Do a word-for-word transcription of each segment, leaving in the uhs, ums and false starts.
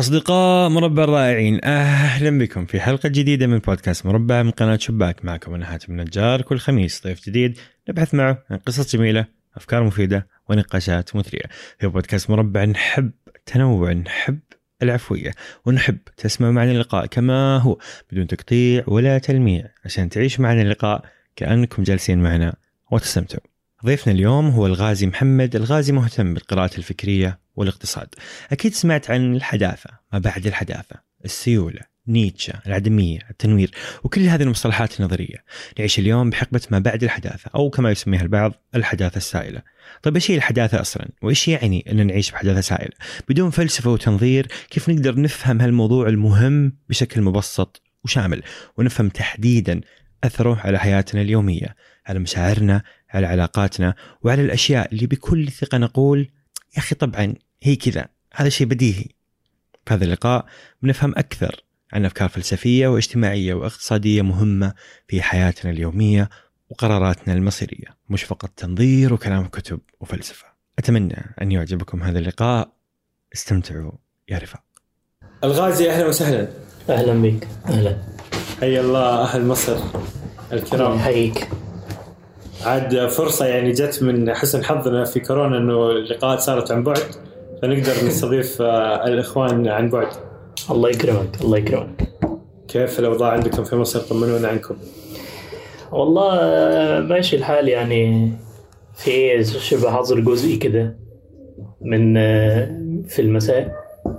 أصدقاء مربع الرائعين، أهلا بكم في حلقة جديدة من بودكاست مربع من قناة شباك. معكم أنا حاتم النجار. كل خميس ضيف جديد نبحث معه عن قصص جميلة، أفكار مفيدة ونقاشات مثرية. في بودكاست مربع نحب التنوع، نحب العفوية، ونحب تسمع معنا اللقاء كما هو بدون تقطيع ولا تلميع، عشان تعيش معنا اللقاء كأنكم جالسين معنا وتستمتعوا. ضيفنا اليوم هو الغازي محمد. الغازي مهتم بالقراءة الفكرية والاقتصاد. أكيد سمعت عن الحداثة، ما بعد الحداثة، السيولة، نيتشه، العدمية، التنوير، وكل هذه المصطلحات النظرية. نعيش اليوم بحقبة ما بعد الحداثة، أو كما يسميها البعض الحداثة السائلة. طيب إيش هي الحداثة أصلاً؟ وإيش يعني أن نعيش بحداثة سائلة؟ بدون فلسفة وتنظير كيف نقدر نفهم هالموضوع المهم بشكل مبسط وشامل، ونفهم تحديداً أثره على حياتنا اليومية، على مشاعرنا، على علاقاتنا، وعلى الأشياء اللي بكل ثقة نقول يا أخي طبعاً هي كذا، هذا شيء بديهي. في هذا اللقاء بنفهم أكثر عن أفكار فلسفية واجتماعية واقتصادية مهمة في حياتنا اليومية وقراراتنا المصيرية، مش فقط تنظير وكلام كتب وفلسفة. أتمنى أن يعجبكم هذا اللقاء. استمتعوا يا رفاق. الغازي أهلا وسهلا. أهلا بك. أهلا. حي الله أهل مصر الكرام. حيك. عاد فرصة يعني جت من حسن حظنا في كورونا إنه اللقاءات صارت عن بعد، فنقدر نستضيف الإخوان عن بعد. الله يكرمك. الله يكرمك. كيف الأوضاع عندكم في مصر؟ طمنونا عنكم. والله ماشي الحال، يعني في شبه حظر جزئي كده من في المساء،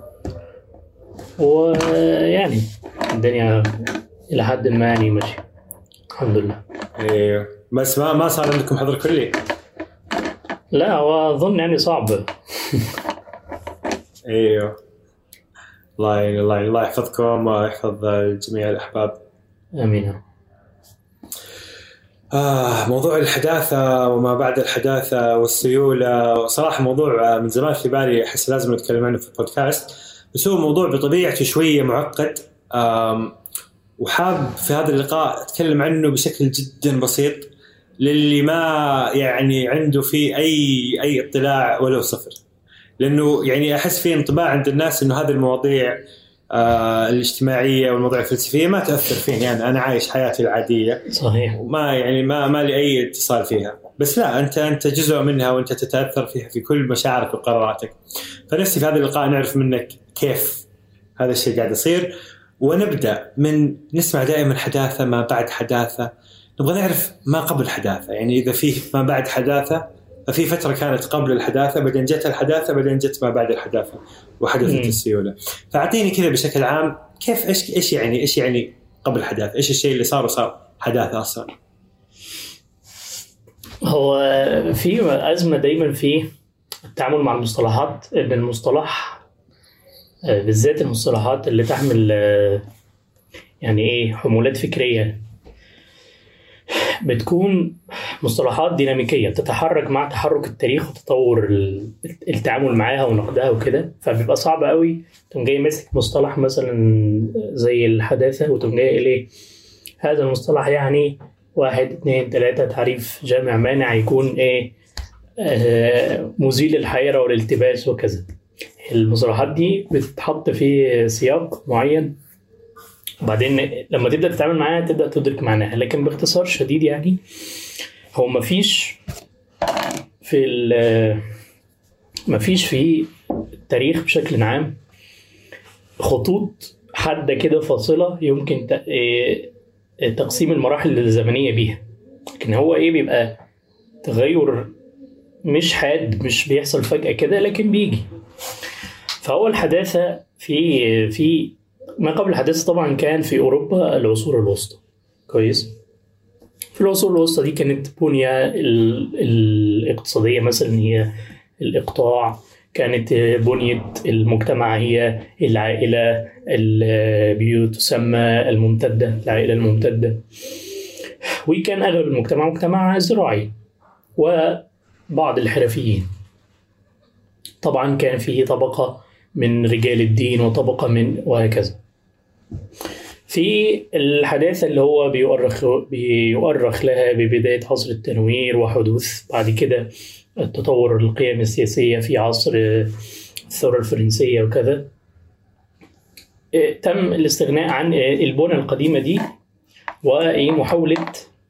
ويعني الدنيا إلى حد ما يعني ماشي الحمد لله. ايوه بس ما ما صار عندكم حظر كلي؟ لا واظن يعني صعب. ايوه الله الله الله يحفظكم ويحفظ جميع الاحباب. امين. آه موضوع الحداثة وما بعد الحداثة والسيولة صراحة موضوع من زمان في بالي، أحس لازم نتكلم عنه في البودكاست، بس هو موضوع بطبيعته شوية معقد، وحاب في هذا اللقاء أتكلم عنه بشكل جدا بسيط للي ما يعني عنده فيه أي أي اطلاع ولو صفر، لأنه يعني أحس فيه انطباع عند الناس إنه هذه المواضيع آه الاجتماعية والمواضيع الفلسفية ما تأثر فيني، يعني أنا عايش حياتي العادية صحيح، وما يعني ما ما لي أي اتصال فيها، بس لا أنت أنت جزء منها وأنت تتأثر فيها في كل مشاعرك وقراراتك. فنفسي في هذا اللقاء نعرف منك كيف هذا الشيء قاعد يصير، ونبدأ من نسمع دائما حداثة ما بعد حداثة، نبغى نعرف ما قبل حداثة، يعني إذا فيه ما بعد حداثة ففي فترة كانت قبل الحداثة بعدين جت الحداثة بعدين جت ما بعد الحداثة وحدثت السيولة. فأعطيني كذا بشكل عام كيف إيش إيش يعني إيش يعني قبل الحداثة، إيش الشيء اللي صار وصار حداثة أصلا؟ هو في أزمة دايما في التعامل مع المصطلحات، إن المصطلح بالذات المصطلحات اللي تحمل يعني إيه حمولات فكرية بتكون مصطلحات ديناميكية تتحرك مع تحرك التاريخ وتطور التعامل معاها ونقدها وكده، فبيبقى صعب قوي تقوم جاي ماسك مصطلح مثلا زي الحداثة وتقوم جاي إليه هذا المصطلح يعني واحد اثنين ثلاثة تعريف جامع مانع يكون إيه آه مزيل الحيرة والالتباس وكذا. المصطلحات دي بتتحط في سياق معين، وبعدين لما تبدأ تتعامل معاها تبدأ تدرك معناها. لكن باختصار شديد يعني هو مفيش في مفيش في التاريخ بشكل عام خطوط حادة كده فاصلة يمكن تقسيم المراحل الزمنية بيها، لكن هو ايه بيبقى تغير مش حاد، مش بيحصل فجأة كده لكن بيجي. فهو الحداثة في في ما قبل الحداثة طبعا كان في أوروبا العصور الوسطى. كويس. في العصور الوسطى دي كانت بنية الاقتصادية مثلا هي الإقطاع، كانت بنية المجتمع هي العائلة اللي بتسمى الممتدة، العائلة الممتدة، وكان أغلب المجتمع مجتمع زراعي وبعض الحرفيين. طبعا كان فيه طبقة من رجال الدين وطبقة من وهكذا. في الحداثة اللي هو بيؤرخ بيؤرخ لها ببداية عصر التنوير وحدوث بعد كده التطور القيم السياسية في عصر الثورة الفرنسية وكذا، تم الاستغناء عن البنى القديمة دي ومحاولة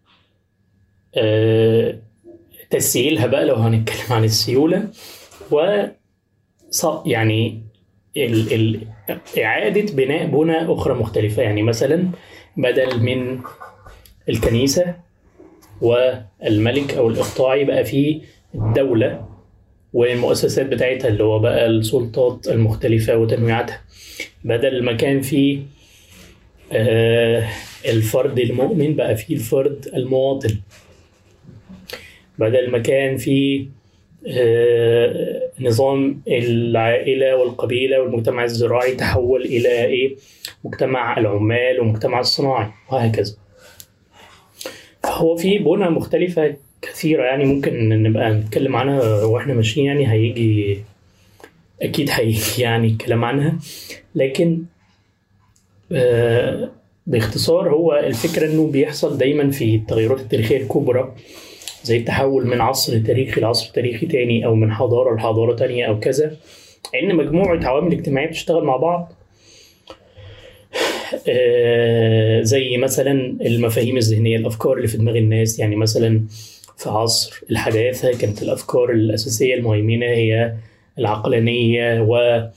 تسييلها بقى لو هنتكلم عن السيولة، و يعني ال ال إعادة بناء بنى أخرى مختلفة. يعني مثلا بدل من الكنيسة والملك أو الإقطاعي بقى فيه الدولة والمؤسسات بتاعتها اللي هو بقى السلطات المختلفة وتنويعاتها. بدل ما كان فيه آه الفرد المؤمن بقى فيه الفرد المواطن. بدل ما كان فيه آه نظام العائلة والقبيلة والمجتمع الزراعي تحول إلى إيه مجتمع العمال ومجتمع الصناعي وهكذا. فهو في بنى مختلفة كثيرة يعني ممكن نبقى نتكلم عنها واحنا ماشيين، يعني هيجي أكيد هيجي يعني الكلام عنها، لكن آه باختصار هو الفكرة إنه بيحصل دايما في التغيرات التاريخية الكبرى زي التحول من عصر تاريخي لعصر تاريخي تاني أو من حضارة لحضارة تانية أو كذا، إن مجموعة عوامل اجتماعية بتشتغل مع بعض. آه زي مثلا المفاهيم الذهنية، الأفكار اللي في دماغ الناس. يعني مثلا في عصر الحداثة كانت الأفكار الأساسية المهيمنة هي العقلانية و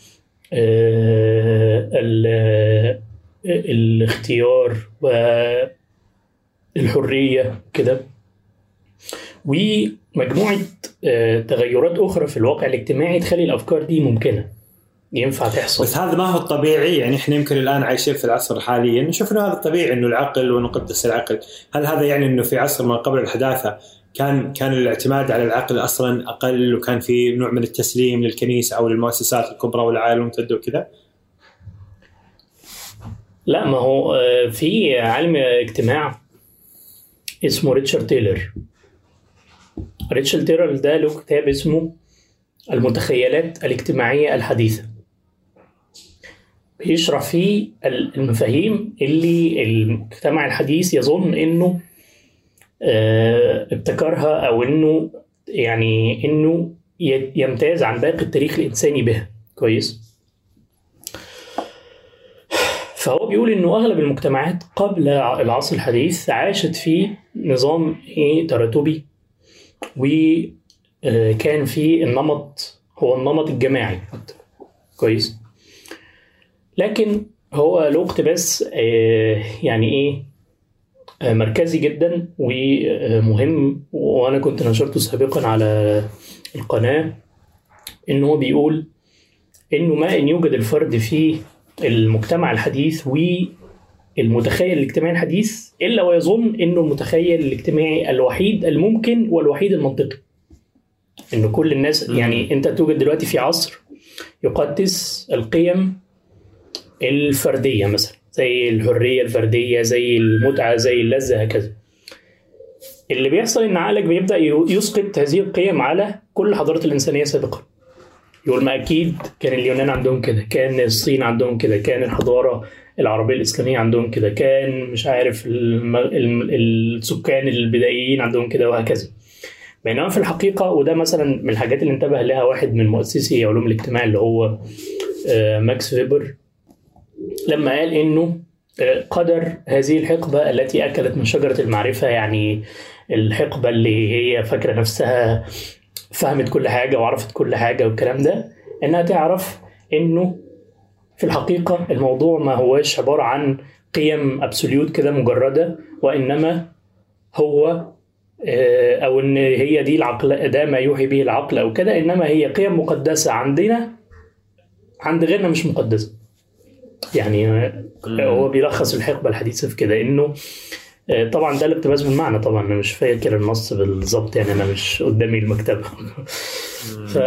آه الاختيار والحرية كده، ومجموعة آه تغيرات أخرى في الواقع الاجتماعي تخلي الأفكار دي ممكنة ينفع تحصل. بس هذا ما هو الطبيعي. يعني احنا يمكن الآن عايشين في العصر حاليا نشوف انه هذا الطبيعي، انه العقل ونقدس العقل. هل هذا يعني انه في عصر ما قبل الحداثة كان كان الاعتماد على العقل اصلا اقل وكان في نوع من التسليم للكنيسة او للمؤسسات الكبرى والعائلة الممتدة وكذا؟ لا، ما هو في عالم اجتماع اسمه ريتشارد تايلر. ريتشارد تايلر ده له كتاب اسمه المتخيلات الاجتماعية الحديثة، بيشرح فيه المفاهيم اللي المجتمع الحديث يظن انه ابتكرها او انه يعني انه يمتاز عن باقي التاريخ الانساني بها. كويس. فهو بيقول انه اغلب المجتمعات قبل العصر الحديث عاشت في نظام ايه تراتبي، وكان في النمط هو النمط الجماعي. كويس. لكن هو له اقتباس يعني ايه مركزي جدا ومهم، وانا كنت نشرته سابقا على القناة، انه هو بيقول انه ما ان يوجد الفرد في المجتمع الحديث والمتخيل الاجتماعي الحديث الا ويظن انه المتخيل الاجتماعي الوحيد الممكن والوحيد المنطقي. انه كل الناس يعني انت توجد دلوقتي في عصر يقدس القيم الفردية مثلا زي الحرية الفردية، زي المتعة، زي اللذة، هكذا. اللي بيحصل ان عقلك بيبدأ يسقط هذه القيم على كل الحضارات الإنسانية سابقا. يقول ما أكيد كان اليونان عندهم كده، كان الصين عندهم كده، كان الحضارة العربية الإسلامية عندهم كده، كان مش عارف الم... السكان البدائيين عندهم كده، وهكذا. بينما في الحقيقة، وده مثلا من الحاجات اللي انتبه لها واحد من مؤسسي علوم الاجتماع اللي هو ماكس فيبر، لما قال إنه قدر هذه الحقبة التي أكلت من شجرة المعرفة، يعني الحقبة اللي هي فاكرة نفسها فهمت كل حاجة وعرفت كل حاجة والكلام ده، إنها تعرف إنه في الحقيقة الموضوع ما هوش عبارة عن قيم أبسوليوت كده مجردة، وإنما هو أو إن هي دي العقل، ده ما يوحي به العقل أو كده، إنما هي قيم مقدسة عندنا عند غيرنا مش مقدسة. يعني هو بيلخص الحقبة الحديثة في كده، إنه طبعا ده الاقتباس بالمعنى، طبعا أنا مش فاكر النص بالضبط، يعني أنا مش قدامي المكتبة. ف...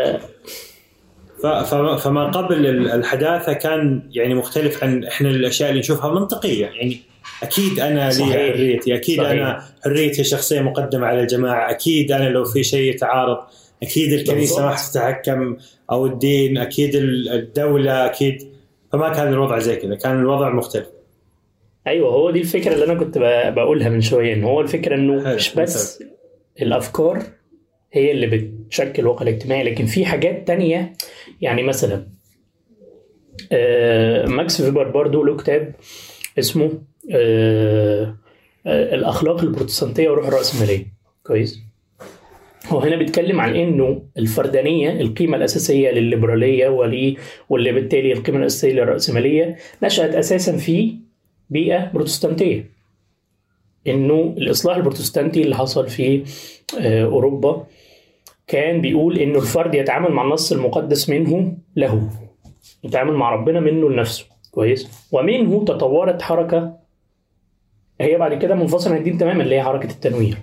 فما قبل الحداثة كان يعني مختلف عن إحنا الأشياء اللي نشوفها منطقية. يعني أكيد أنا لي حريتي، أكيد صحيح. أنا حريتي الشخصية مقدمة على الجماعة، أكيد أنا لو في شيء يتعارض أكيد الكنيسة ما تتحكم أو الدين، أكيد الدولة، أكيد. فما كان الوضع زي كذا، كان الوضع مختلف. أيوة، هو دي الفكرة اللي أنا كنت بقولها من شوية، إن هو الفكرة إنه مش بس مثل. الأفكار هي اللي بتشكل الواقع الاجتماعي، لكن في حاجات تانية. يعني مثلا آه ماكس فيبر برضو له كتاب اسمه آه آه الأخلاق البروتستانتية وروح الرأسمالية. كويس. هو هنا بيتكلم عن انه الفردانيه القيمه الاساسيه للليبراليه ولي واللي بالتالي القيمه الاساسيه للراسماليه نشات اساسا في بيئه بروتستانتيه. انه الاصلاح البروتستانتي اللي حصل في اوروبا كان بيقول انه الفرد يتعامل مع النص المقدس منه له، يتعامل مع ربنا منه لنفسه. كويس. ومنه تطورت حركه هي بعد كده منفصله عن الدين تماما، اللي هي حركه التنوير.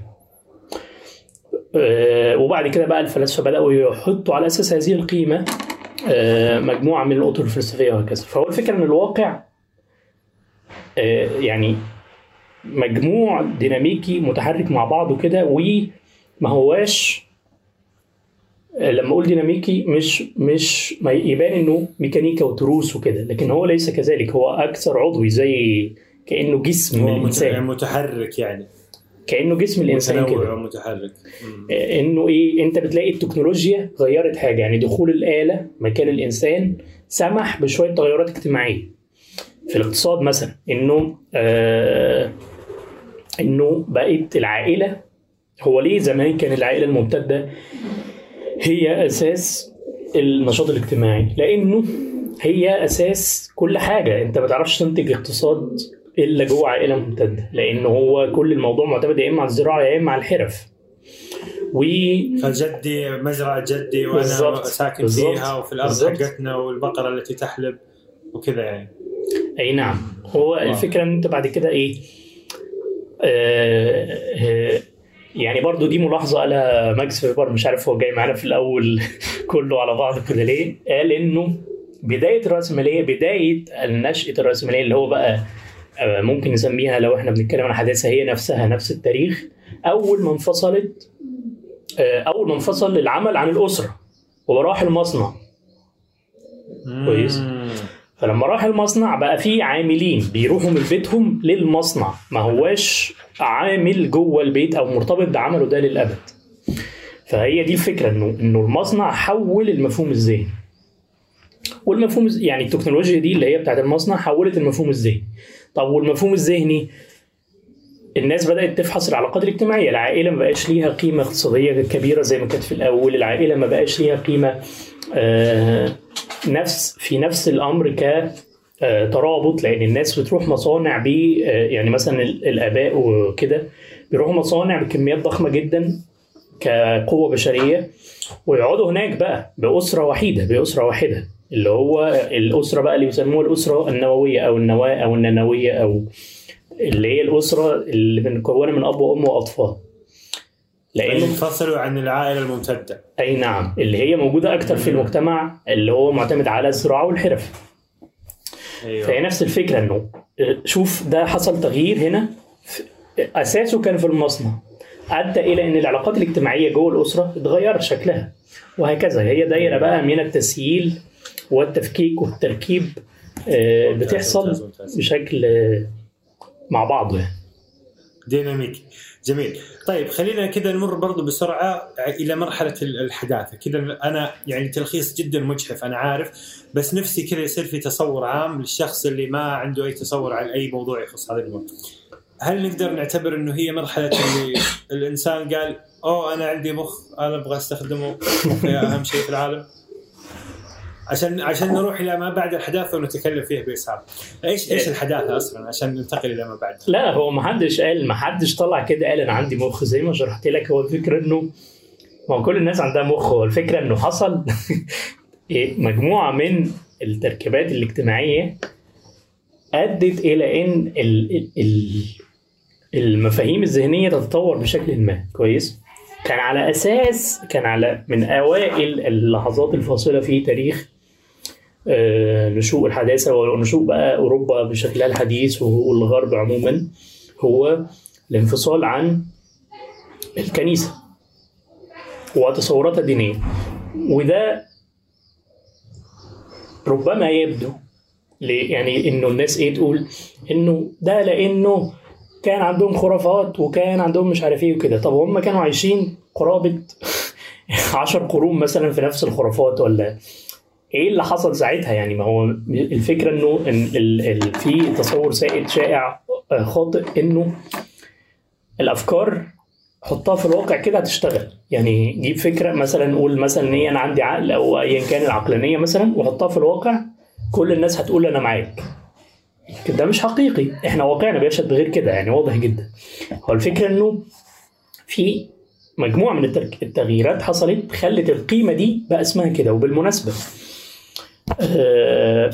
وبعد كده بقى الفلاسفه بداوا يحطوا على اساس هذه القيمه مجموعه من الاطر الفلسفيه وهكذا. فهو الفكره ان الواقع يعني مجموع ديناميكي متحرك مع بعضه كده، وما هواش لما اقول ديناميكي مش مش ما يبان انه ميكانيكا وتروس وكده، لكن هو ليس كذلك، هو اكثر عضوي، زي كانه جسم الانسان متحرك، يعني كانه جسم الانسان كده متحرك. انه ايه، انت بتلاقي التكنولوجيا غيرت حاجه، يعني دخول الاله مكان الانسان سمح بشويه تغيرات اجتماعيه في الاقتصاد مثلا. انه آه انه بقت العائله، هو ليه زمان كان العائله الممتده هي اساس النشاط الاجتماعي؟ لانه هي اساس كل حاجه. انت ما تعرفش تنتج اقتصاد الا جوه عائله ممتده، لانه هو كل الموضوع معتمد يا اما على الزراعه يا اما على الحرف. و فجدي مزرعه جدي وانا بالزبط. ساكن بالزبط. فيها وفي الارض بالزبط. حقتنا والبقره التي تحلب وكذا يعني. اي نعم. هو واو. الفكره ان انت بعد كده ايه آه آه يعني برضو دي ملاحظه على ماكس فيبر، مش عارف هو جاي معانا في الاول كله على بعض كده ليه. قال انه بدايه الراسماليه، بدايه النشأة الراسماليه اللي هو بقى ممكن نسميها لو احنا بنتكلم عن حداثة هي نفسها نفس التاريخ، اول ما انفصلت اول ما انفصل العمل عن الاسره وراح المصنع. كويس. فلما راح المصنع بقى في عاملين بيروحوا من بيتهم للمصنع، ما هواش عامل جوه البيت او مرتبط بعمله ده للابد. فهي دي الفكره، انه انه المصنع حول المفهوم الذهني، والمفهوم يعني التكنولوجيا دي اللي هي بتاعت المصنع حولت المفهوم الذهني. طب والمفهوم الذهني الناس بدأت تفحص العلاقات الاجتماعية. العائلة ما بقاش ليها قيمة اقتصادية كبيرة زي ما كانت في الأول. العائلة ما بقاش ليها قيمة آه نفس في نفس الأمر كترابط، لأن الناس بتروح مصانع ب آه يعني مثلا الآباء وكده بيروحوا مصانع بكميات ضخمة جدا كقوة بشرية، ويقعدوا هناك بقى بأسرة وحيدة بأسرة واحدة اللي هو الأسرة بقى اللي بيسموها الأسرة النووية أو النواة أو النانوية، أو اللي هي الأسرة اللي مكونة من أب وأم وأطفال، لأنه انفصلوا عن العائلة الممتدة. أي نعم، اللي هي موجودة أكتر في المجتمع اللي هو معتمد على الزراعة والحرف. أيوة. فهي نفس الفكرة، إنه شوف ده حصل تغيير هنا أساسه كان في المصنع، أدى إلى إن العلاقات الاجتماعية جوه الأسرة اتغيرت شكلها، وهكذا هي دايرة بقى من التسييل والتفكيك والتركيب بتحصل بشكل مع بعضه يعني. ديناميكي. جميل. طيب خلينا كده نمر برضو بسرعة إلى مرحلة الحداثة كده. أنا يعني تلخيص جدا مجحف أنا عارف، بس نفسي كده يصير في تصور عام للشخص اللي ما عنده أي تصور عن أي موضوع يخص هذا الموضوع. هل نقدر نعتبر إنه هي مرحلة اللي الإنسان قال أوه أنا عندي مخ أنا أبغى أستخدمه، مخي أهم شيء في العالم، عشان عشان نروح الى ما بعد الحداثه ونتكلم فيه بإسهاب. ايش ايش الحداثه اصلا عشان ننتقل الى ما بعد؟ لا هو ما حدش قال ما حدش طلع كده قال انا عندي مخ زي ما شرحت لك. هو الفكره انه ما كل الناس عندها مخ. هو الفكره انه حصل مجموعه من التركيبات الاجتماعيه ادت الى ان المفاهيم الذهنيه تتطور بشكل ما. كويس. كان على اساس كان على من اوائل اللحظات الفاصله في تاريخ نشوء الحداثة ونشوء بقى أوروبا بشكلها الحديث والغرب عموما، هو الانفصال عن الكنيسة وتصوراتها الدينية. وده ربما يبدو يعني إنه الناس إيه تقول إنه ده لأنه كان عندهم خرافات وكان عندهم مش عارف إيه وكده. طب هم كانوا عايشين قرابة عشر قرون مثلا في نفس الخرافات، ولا ايه اللي حصل ساعتها؟ يعني ما هو الفكره انه إن ال ال في تصور سائد شائع خاطئ انه الافكار حطها في الواقع كده هتشتغل. يعني جيب فكره مثلا، نقول مثلا ان انا عندي عقل او ايا كان العقلانيه مثلا، وحطها في الواقع كل الناس هتقول انا معاك. ده مش حقيقي، احنا واقعنا بيشهد بغير كده، يعني واضح جدا. هو الفكره انه في مجموعه من التغييرات حصلت خلت القيمه دي بقى اسمها كده. وبالمناسبه أه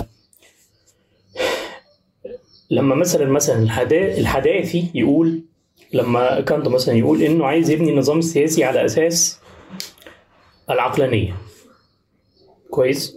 لما مثلا مثلا الحداثي يقول، لما كانت مثلا يقول انه عايز يبني النظام السياسي على اساس العقلانيه، كويس.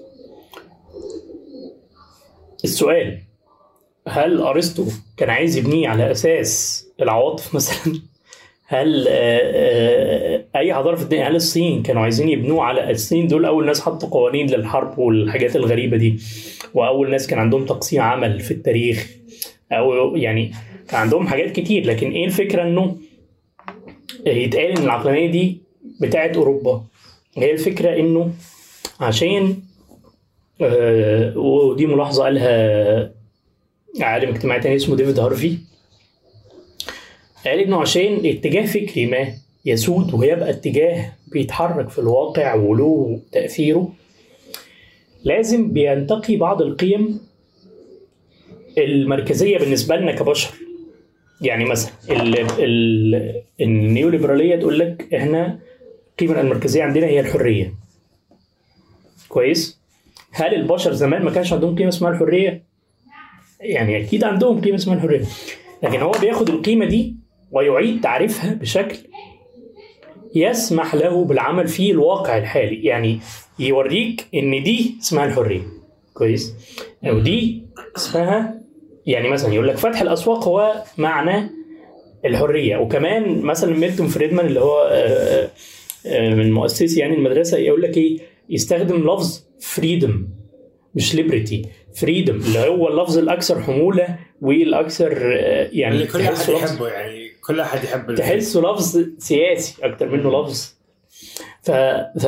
السؤال، هل ارسطو كان عايز يبنيه على اساس العواطف مثلا؟ هل اي حضاره في الدنيا، هل الصين كانوا عايزين يبنوه على الصين دول اول ناس حطوا قوانين للحرب والحاجات الغريبه دي، واول ناس كان عندهم تقسيم عمل في التاريخ، او يعني كان عندهم حاجات كتير. لكن ايه الفكره؟ انه يتقال ان العقلانيه دي بتاعت اوروبا. هي الفكره انه عشان آه ودي ملاحظه قالها عالم اجتماعي تاني اسمه ديفيد هارفي، قال انه عشان اتجاه فكري ما يسود ويبقى اتجاه بيتحرك في الواقع وله تأثيره، لازم بينتقي بعض القيم المركزية بالنسبة لنا كبشر. يعني مثلا النيوليبرالية تقول لك احنا القيمة المركزية عندنا هي الحرية، كويس. هل البشر زمان ما كانش عندهم قيمة اسمها الحرية؟ يعني اكيد عندهم قيمة اسمها الحرية، لكن هو بياخد القيمة دي ويعيد تعريفها بشكل يسمح له بالعمل في الواقع الحالي. يعني يوريك ان دي اسمها الحرية، كويس، او دي اسمها، يعني مثلا يقول لك فتح الاسواق هو معنى الحرية. وكمان مثلا ميلتون فريدمان اللي هو من مؤسسي يعني المدرسة يقول لك ايه، يستخدم لفظ فريدم مش ليبرتي، فريدم اللي هو اللفظ الاكثر حمولة والاكثر يعني اللي كل احد يحبه، يعني كل احد يحب، تحسه لفظ سياسي اكتر منه لفظ. ف ف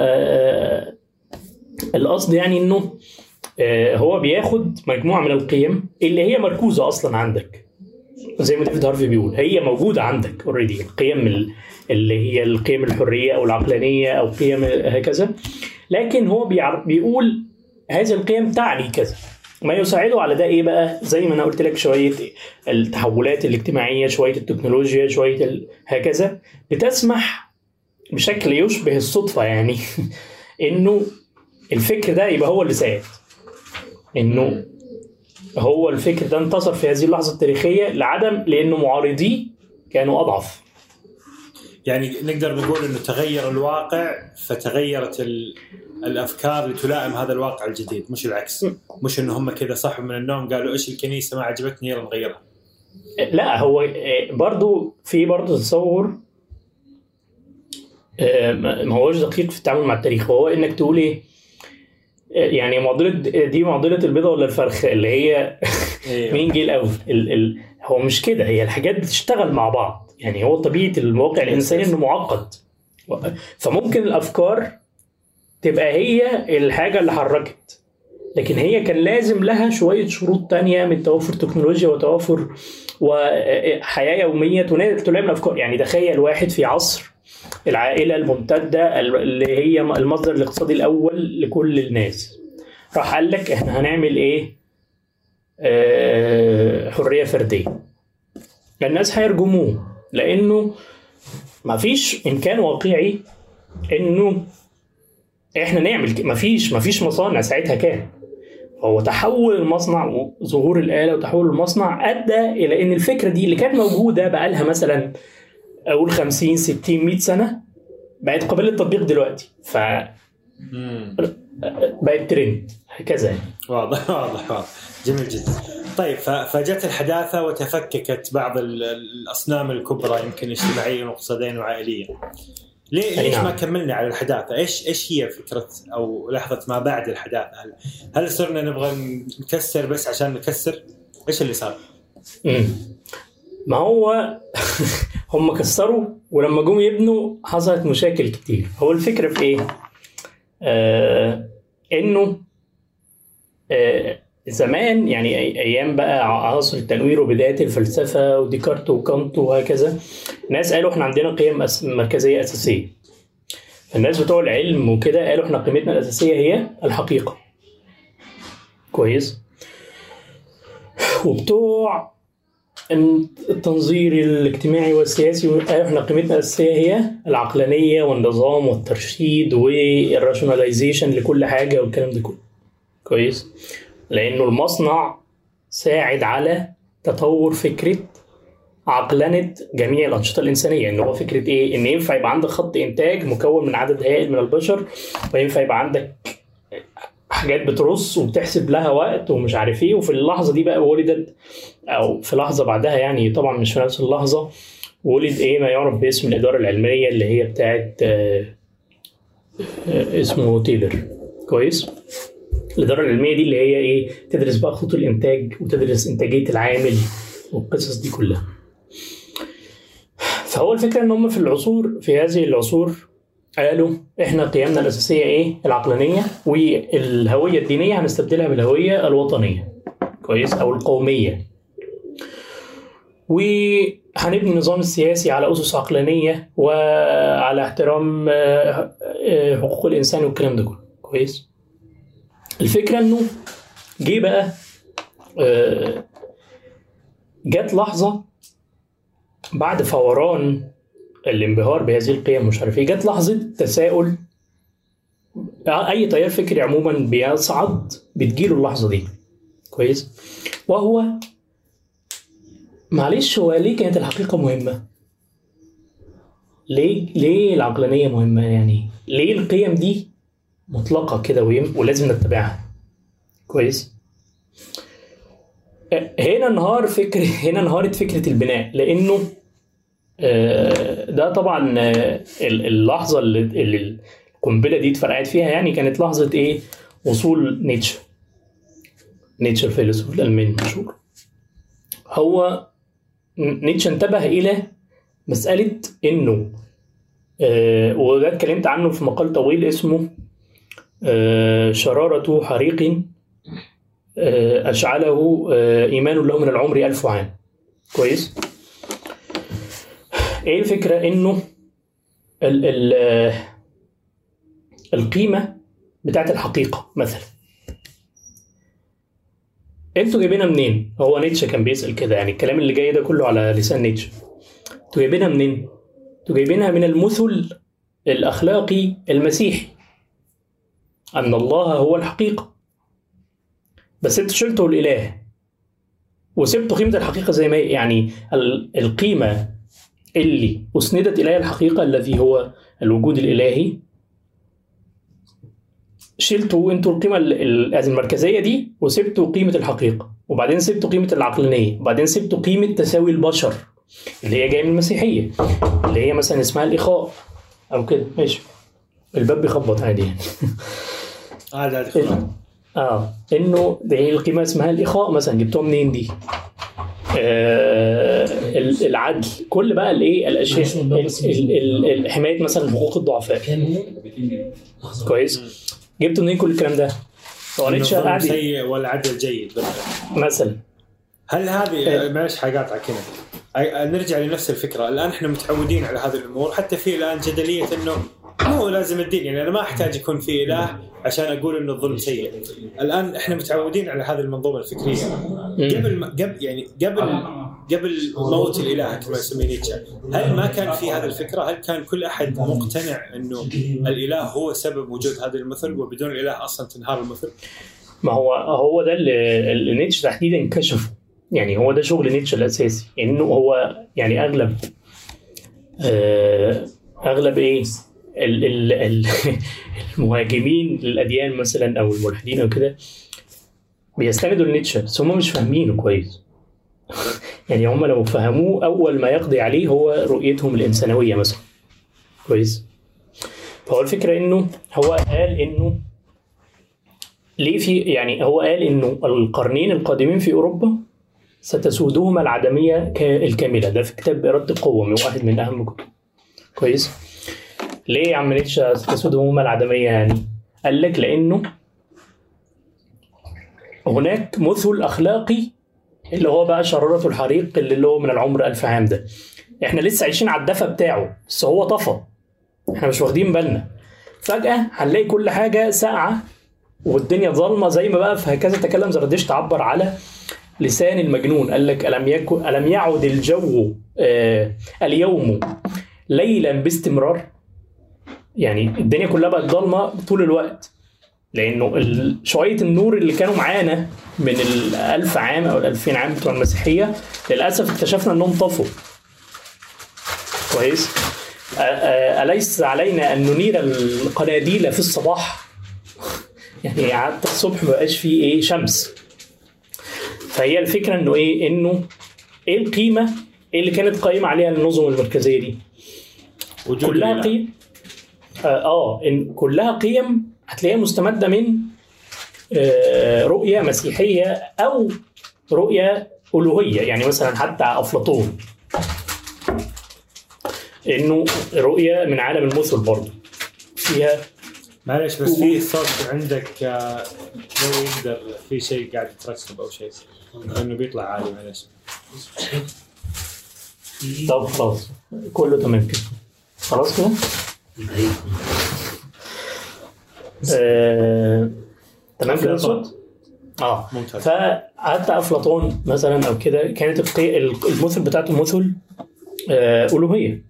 القصد يعني انه هو بياخد مجموعه من القيم اللي هي مركوزه اصلا عندك، زي ما ديفيد هارفي بيقول هي موجوده عندك اوريدي، القيم اللي هي القيم الحريه او العقلانيه او قيم هكذا، لكن هو بيقول هذه القيم تعني كذا. ما يساعده على ده ايه بقى؟ زي ما انا قلت لك، شويه التحولات الاجتماعيه، شويه التكنولوجيا، شويه هكذا، بتسمح بشكل يشبه الصدفه يعني انه الفكر ده يبقى هو اللي ساعد، انه هو الفكر ده انتصر في هذه اللحظه التاريخيه لعدم لانه معارضيه كانوا اضعف. يعني نقدر نقول انه تغير الواقع فتغيرت ال... الافكار لتلائم هذا الواقع الجديد، مش العكس. مش انه هم كذا صحوا من النوم قالوا ايش الكنيسه ما عجبتني يلا نغيرها. لا، هو برضو في برضو تصور ما هوش دقيق في التعامل مع التاريخ، وهو انك تقول ايه يعني معضله دي معضله البيضه ولا الفرخ اللي هي مين جه الاول. ال... ال... هو مش كده، هي الحاجات بتشتغل مع بعض. يعني هو طبيعه المواقع الانساني انه معقد، فممكن الافكار تبقى هي الحاجه اللي حركت، لكن هي كان لازم لها شويه شروط تانية من توافر تكنولوجيا وتوافر وحياه يوميه تلائم الافكار. يعني تخيل واحد في عصر العائله الممتده اللي هي المصدر الاقتصادي الاول لكل الناس، راح قال لك احنا هنعمل ايه؟ آه حريه فرديه. الناس هيرجموه لانه ما فيش امكان واقعي انه احنا نعمل، ما فيش ما فيش مصانع ساعتها. كان هو تحول المصنع وظهور الآلة وتحول المصنع ادى الى ان الفكره دي اللي كانت موجوده بقى لها مثلا اقول خمسين ستين مئة سنه بقت قابله للتطبيق دلوقتي، ف بقت ترند هكذا. واضح واضح واضح جميل جدا. طيب فجت الحداثه وتفككت بعض الاصنام الكبرى يمكن اجتماعيا واقتصاديا وعائليا. ليه ليش ما كملنا على الحداثه؟ ايش ايش هي فكره او لحظه ما بعد الحداثه؟ هل هل صرنا نبغى نكسر بس عشان نكسر؟ ايش اللي صار؟ امم ما هو هم كسروا ولما جم يبنوا حصلت مشاكل كتير. هو الفكره في ايه؟ آه انه آه زمان يعني ايام بقى عصر التنوير وبدايه الفلسفه وديكارت وكانت وهكذا، ناس قالوا احنا عندنا قيم مركزيه اساسيه. الناس بتوع العلم وكده قالوا احنا قيمتنا الاساسيه هي الحقيقه. كويس. وبتوع التنظير الاجتماعي والسياسي قالوا احنا قيمتنا الاساسيه هي العقلانيه والنظام والترشيد والراشوناليزيشن لكل حاجه والكلام ده كله. كويس. لانه المصنع ساعد على تطور فكره عقلنه جميع الانشطه الانسانيه. ان هو فكره ايه؟ ان ينفع يبقى عندك خط انتاج مكون من عدد هائل من البشر، وينفع يبقى عندك حاجات بترص وبتحسب لها وقت ومش عارف ايه، وفي اللحظه دي بقى ولدت، او في لحظه بعدها يعني طبعا مش في نفس اللحظه، ولد ايه ما يعرف باسم الاداره العلميه اللي هي بتاعت آه آه اسمه تايلر. كويس. الاداره العلميه دي اللي هي ايه؟ تدرس بقى خطوط الانتاج وتدرس انتاجيه العامل والقصص دي كلها. فهو الفكره ان هم في العصور في هذه العصور قالوا احنا قيمنا الاساسيه ايه؟ العقلانيه، والهويه الدينيه هنستبدلها بالهويه الوطنيه. كويس. او القوميه. وهنبني النظام السياسي على اسس عقلانيه وعلى احترام حقوق الانسان والكلام ده كله. كويس. الفكره انه جه بقى جت لحظه بعد فوران الانبهار بهذه القيم مش عارف ايه، جت لحظه تساؤل. اي تيار فكري عموما بيصعد بتجيله اللحظه دي. كويس. وهو معلش، هو ليه كانت الحقيقه مهمه؟ ليه ليه العقلانيه مهمه؟ يعني ليه القيم دي مطلقه كده ولازم نتبعها؟ كويس. هنا انهار فكر هنا انهارت فكره البناء، لانه ده طبعا اللحظه اللي القنبله دي اتفرقعت فيها يعني كانت لحظه ايه؟ وصول نيتشه. نيتشه الفيلسوف الالماني المشهور. هو نيتشه انتبه الى مساله انه آه وده اتكلمت عنه في مقال طويل اسمه آه شراره حريق آه اشعله آه ايمان له من العمر ألف عام. كويس. ايه الفكره؟ انه ال ال القيمه بتاعت الحقيقه مثلا انتوا جايبينها منين؟ هو نيتشه كان بيسال كده، يعني الكلام اللي جاي ده كله على لسان نيتشه. انتوا جايبينها منين؟ انتوا جايبينها من المثل الاخلاقي المسيحي ان الله هو الحقيقه، بس انتوا شلتوا الاله وسبتوا قيمه الحقيقه زي ما هي. يعني القيمه اللي أسندت إليها الحقيقة الذي هو الوجود الإلهي، شلتوا انتوا القيمة المركزية دي وسبتوا قيمة الحقيقة، وبعدين سبتوا قيمة العقلانية، وبعدين سبتوا قيمة تساوي البشر اللي هي جاية من المسيحية، اللي هي مثلا اسمها الإخاء أو كده. ماشي. الباب بيخبط عادي يعني. عادي عادي. اه انه ده هي القيمة اسمها الإخاء مثلا، جبتوها منين دي؟ آه العدل، كل بقى الايه الاشياء، حمايه مثلا حقوق الضعفاء. كويس. جبتوا منين كل الكلام ده؟ النظام سيء والعدل جيد مثلا. هل هذه معلش حقاطعك هنا، نرجع لنفس الفكره. الان احنا متعودين على هذه الامور، حتى في الان جدليه انه مو لازم الدين، يعني انا ما احتاج يكون في اله عشان اقول انه الظلم سيء. الان احنا متعودين على هذه المنظومه الفكريه. قبل قبل يعني قبل قبل موت الاله كما يسميه نيتشه، هل ما كان في هذه الفكره؟ هل كان كل احد مقتنع انه الاله هو سبب وجود هذا المثل، وبدون الاله اصلا تنهار المثل؟ ما هو هو ده اللي نيتشه تحديدا كشفه، يعني هو ده شغل نيتشه الاساسي، انه هو يعني اغلب اغلب ايه ال ال المهاجمين للاديان مثلا او الملحدين او كده بيستندوا لنيتشه، بس هم مش فاهمينه كويس. يعني هم لو فهموه اول ما يقضي عليه هو رؤيتهم الانسانويه مثلا. كويس. فهو الفكره انه هو قال انه ليه في يعني هو قال انه القرنين القادمين في اوروبا ستسودهما العدميه الكامله. ده في كتاب إرادة القوة، من واحد من اهم كتب. كويس. ليه يا عم نيتشه ستسودهما العدميه؟ يعني قال لك لانه هناك مثل أخلاقي اللي هو بقى شرارة الحريق اللي هو من العمر ألف عام ده، احنا لسه عايشين على الدفا بتاعه بس هو طفى، احنا مش واخدين بالنا. فجأة هنلاقي كل حاجة ساقعة والدنيا ظلمة، زي ما بقى فهكذا تكلم زرادشت عبر على لسان المجنون، قال لك ألم يكن ألم يعد الجو آه اليوم ليلا باستمرار، يعني الدنيا كلها بقت ظلمة طول الوقت، لأنه شوية النور اللي كانوا معانا من الألف عام أو الألفين عام بتوع المسيحية للأسف اكتشفنا أنهم طفوا. كويس؟ أليس علينا أن ننير القناديل في الصباح؟ يعني عادة الصبح مبقاش فيه إيه شمس. فهي الفكرة إنه إيه إنه إيه القيمة اللي كانت قائمة عليها النظم المركزية دي؟ كلها قيم آه, آه إن كلها قيم هتلاقيها مستمدة من آه رؤية مسيحية أو رؤية ألوهية. يعني مثلا حتى أفلاطون إنه رؤية من عالم المثل برضه فيها. معلش بس في صوت عندك لو يقدر في شيء قاعد يترسب أو شيء إنه بيطلع عالي. معلش. طب خلاص كله تمام كده خلاص كده. آه، تمام كده الصوت. اه ممتاز. فحتى أفلاطون مثلا أو كده كانت المثل بتاعته مثل آه ألوهية.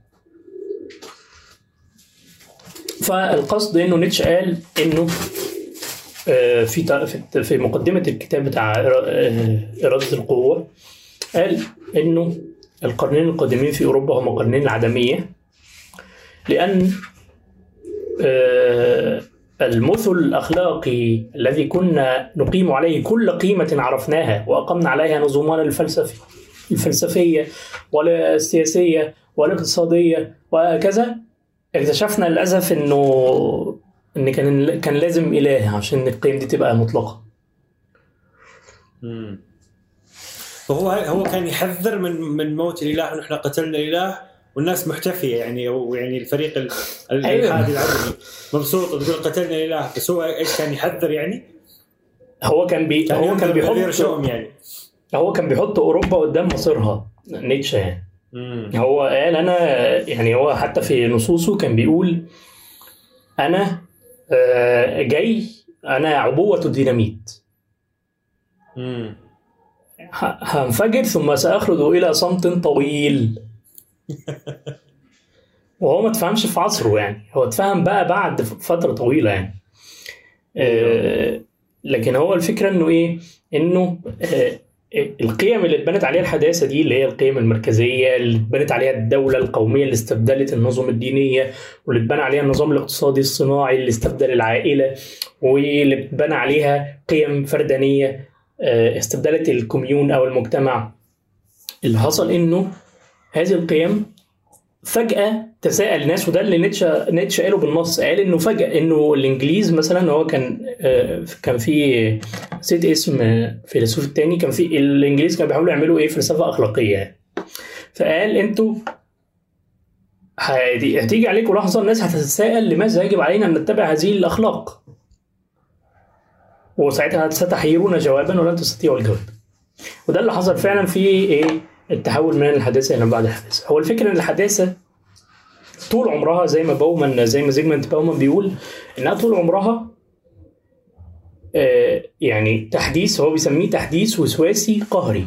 فالقصد إنه نيتشه قال إنه آه في في مقدمة الكتاب بتاع إرادة القوة قال إنه القرنين القادمين في أوروبا هم قرنين العدمية، لأن آه المثل الأخلاقي الذي كنا نقيم عليه كل قيمة عرفناها وأقمنا عليها نظمنا الفلسفي الفلسفية ولا السياسية ولا الاقتصادية وكذا، اكتشفنا للأسف إنه إن كان كان لازم إله عشان القيم دي تبقى مطلقة. امم فهو هو كان يحذر من من موت الإله، ونحن قتلنا الإله والناس محتفية يعني، ويعني الفريق الحادي العدمي مبسوط تقول قتلنا الإله، بس هو إيش كان يحذر يعني؟ هو كان بي كان هو كان بيحط يعني هو كان بيحط أوروبا قدام مصيرها نيتشه يعني. مم. هو قال أنا يعني هو حتى في نصوصه كان بيقول أنا جاي أنا عبوة الديناميت امم هنفجر ثم سأخرج إلى صمت طويل. وهو ما تفهمش في عصره يعني، هو تفهم بقى بعد فترة طويلة يعني. آه لكن هو الفكرة إنه إيه إنه آه القيم اللي اتبنت عليها الحداثة دي اللي هي القيم المركزية اللي اتبنت عليها الدولة القومية اللي استبدلت النظم الدينية، واللي اتبنى عليها النظام الاقتصادي الصناعي اللي استبدل العائلة، واللي اتبنى عليها قيم فردانية استبدلت الكوميون أو المجتمع. اللي حصل إنه هذه القيم فجأة تساءل الناس، وده اللي نيتشه نيتشه قاله بالنص، قال إنه فجأة إنه الإنجليز مثلا، هو كان كان في نسيت اسم فيلسوف التاني، كان في الإنجليز كانوا بيحاولوا يعملوا إيه فلسفة أخلاقية، فقال أنتوا هتيجي عليكم لحظة الناس هتتساءل لماذا يجب علينا أن نتبع هذه الأخلاق، وساعتها ستحيرون جوابا ولن تستطيعوا الجواب. وده اللي حصل فعلا في إيه التحول من الحداثة إلى بعد الحداثة. هو الفكرة إن الحداثة طول عمرها زي ما باومان زي ما زيجمنت باومان بيقول إنها طول عمرها آه يعني تحديث، هو بيسميه تحديث وسواسي قهري.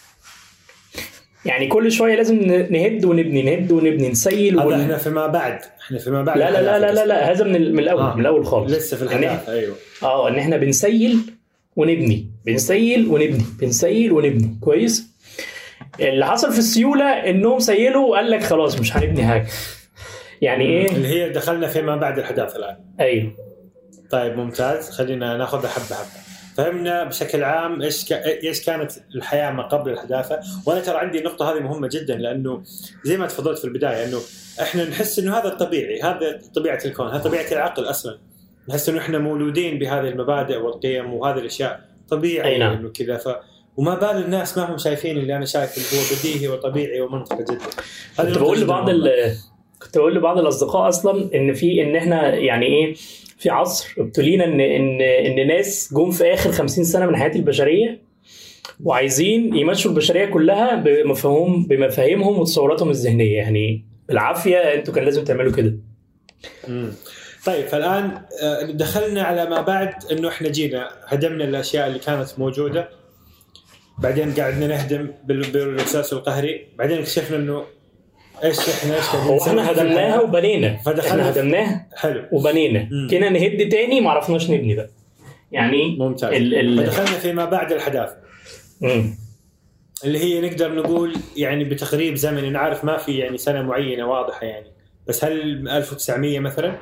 يعني كل شوية لازم نهد ونبني نهد ونبني نسيل هذا ون... احنا فيما بعد احنا فيما بعد لا لا لا لا, لا لا هذا من من الأول آه. من الأول خالص لسه في الحداثة. أيوه اه إن احنا بنسيل ونبني بنسيل ونبني بنسيل ونبني. كويس. اللي حصل في السيولة إنهم سيلوا وقال لك خلاص مش هنبني حاجة. يعني إيه اللي هي دخلنا فيما بعد الحداثة الآن. أيوه طيب ممتاز، خلينا ناخذ حبة حبة. فهمنا بشكل عام إيش ك... إيش كانت الحياة ما قبل الحداثة. وأنا ترى عندي النقطة هذه مهمة جدا، لأنه زي ما تفضلت في البداية إنه إحنا نحس إنه هذا الطبيعي، هذا طبيعة الكون، هذا طبيعة العقل أصلا. نحس إنه إحنا مولودين بهذه المبادئ والقيم وهذه الأشياء طبيعي إنه كذا. ف وما بال الناس ما هم شايفين اللي أنا شايف اللي هو بديهي وطبيعي ومنطقي جدا. كنت بقول لبعض ال كنت اقول لبعض الاصدقاء اصلا ان في ان احنا يعني ايه في عصر ابتلينا ان ان ان ناس جم في اخر خمسين سنه من حياه البشريه وعايزين يمشوا البشريه كلها بمفاهيم بمفاهيمهم وتصوراتهم الذهنيه، يعني بالعافيه انتوا كان لازم تعملوا كده. امم طيب فالان دخلنا على ما بعد انه احنا جينا هدمنا الاشياء اللي كانت موجوده، بعدين قاعدين نهدم بالرصاص القهري، بعدين اكتشفنا انه ايش احنا ايش هو احنا هدمناها وبنينا، احنا هدمناها حلو وبنينا كنا نهد تاني ما عرفناش نبني بقى يعني ممتاز. ال ال فدخلنا فيما بعد الحداثه امم اللي هي نقدر نقول يعني بتقريب زمني، نعرف ما في يعني سنه معينه واضحه يعني، بس هل ألف وتسعمية مثلا؟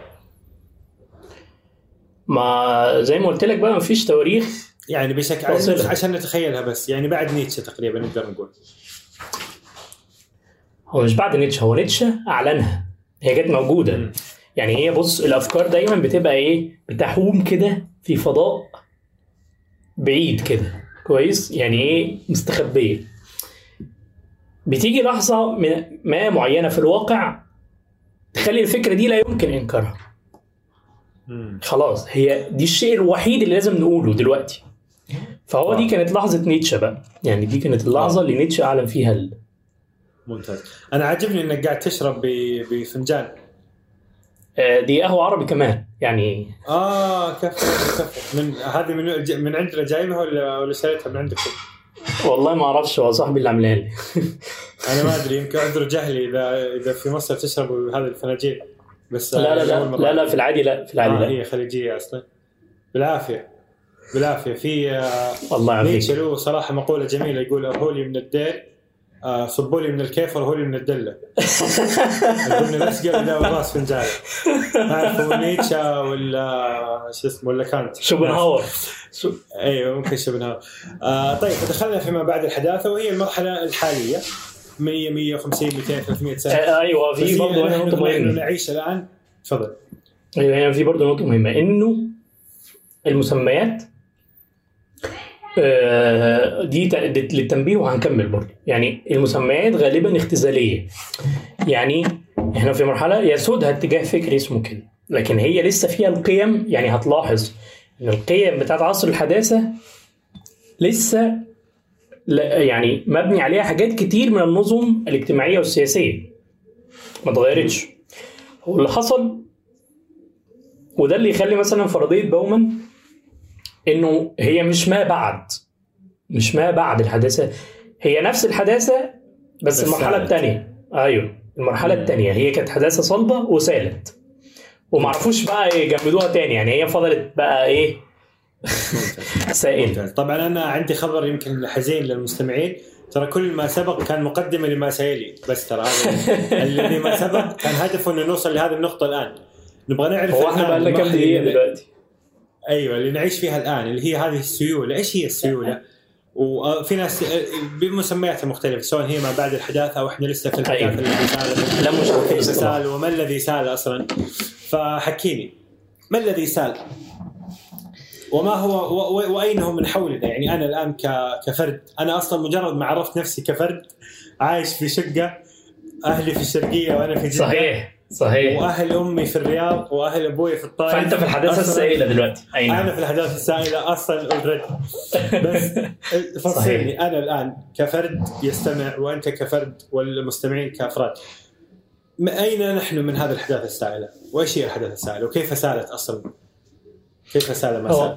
ما زي ما قلت لك بقى ما فيش تواريخ يعني بشكل عشان نتخيلها، بس يعني بعد نيتشه تقريبا نقدر نقول. هو مش بعد نيتشه، هو نيتشه اعلنها، هي كانت موجوده م. يعني هي بص الافكار دايما بتبقى ايه بتحوم كده في فضاء بعيد كده كويس، يعني ايه مستخبيه، بتيجي لحظه ما معينه في الواقع تخلي الفكره دي لا يمكن انكارها. خلاص هي دي الشيء الوحيد اللي لازم نقوله دلوقتي. فهو آه. دي كانت لحظه نيتشه بقى، يعني دي كانت اللحظه آه. اللي نيتشه اعلن فيها ال... ممتاز. انا عاجبني انك قاعد تشرب بفنجان. آه دي قهوه عربي كمان يعني. اه كفو كفو. من هذه من من عندنا جايبها ولا ولا شريتها من عندكم؟ والله ما اعرفش، هو صاحبي اللي عاملها لي. انا ما ادري، يمكن اعذر جهلي اذا اذا في مصر تشربوا هذه الفناجين، بس لا لا لا, لا لا في العادي لا في العادي آه لا هي خليجيه اصلا. بالعافيه بالعافيه. في الله يعافيك. نيتشه له صراحه مقوله جميله يقول ارهولي من الدير آه صبوا لي من الكيف ارهولي من الدله. قلنا الاسقى ولا الراس فنجان. عارفوا نيتشه ولا شو اسمه ولا كانت شوبنهاور؟ ايوه ممكن شوبنهاور. آه طيب دخلنا فيما بعد الحداثه وهي المرحله الحاليه مية مية وخمسين مئتين ثلاثمية سنه. آه ايوه في برضه نقطه مهمه نعيش الان. تفضل. ايوه يعني في برضه نقطه مهمه انه المسميات دي للتنبيه وهنكمل برضه. يعني المسميات غالبا اختزاليه، يعني احنا في مرحله يسودها اتجاه فكري اسمه كده، لكن هي لسه فيها القيم. يعني هتلاحظ ان القيم بتاعت عصر الحداثه لسه يعني مبني عليها حاجات كتير من النظم الاجتماعيه والسياسيه ما اتغيرتش. واللي حصل وده اللي يخلي مثلا فرضيه باومان انه هي مش ما بعد مش ما بعد الحداثه، هي نفس الحداثه بس, بس المرحله الثانيه. ايوه المرحله الثانيه هي كانت حداثه صلبه وسالت ومعرفوش بقى يجمدوها تاني، يعني هي فضلت بقى ايه سائل. طبعا انا عندي خبر يمكن حزين للمستمعين، ترى كل ما سبق كان مقدمه لما سيلي، بس ترى الذي ما سبق كان هدفه انه نوصل لهذه النقطه الان. نبغى نعرف هو احنا بقى لنا كم دقيقه دلوقتي؟ ايوه اللي نعيش فيها الان اللي هي هذه السيوله. ايش هي السيوله؟ وفي ناس بمسمياتها مختلفه سواء هي ما بعد الحداثه او احنا لسه في الحداثه الذي سال. لا مش كيف سال وما الذي سال اصلا. فحكيني ما الذي سال وما هو واين هو من حولنا. يعني انا الان كفرد، انا اصلا مجرد ما عرفت نفسي كفرد عايش في شقه، اهلي في الشرقيه وانا في جده. صحيح صحيح. واهل امي في الرياض واهل ابوي في الطائف. فانت في الحداثه السائله دلوقتي. أينا. انا في الحداثه السائله اصلا اوريدي. بس فصلني انا الان كفرد يستمع وانت كفرد والمستمعين كافراد، اين نحن من هذه الحداثه السائله؟ وايش هي الحداثه السائله وكيف سالت اصلا؟ كيف سال ما سال؟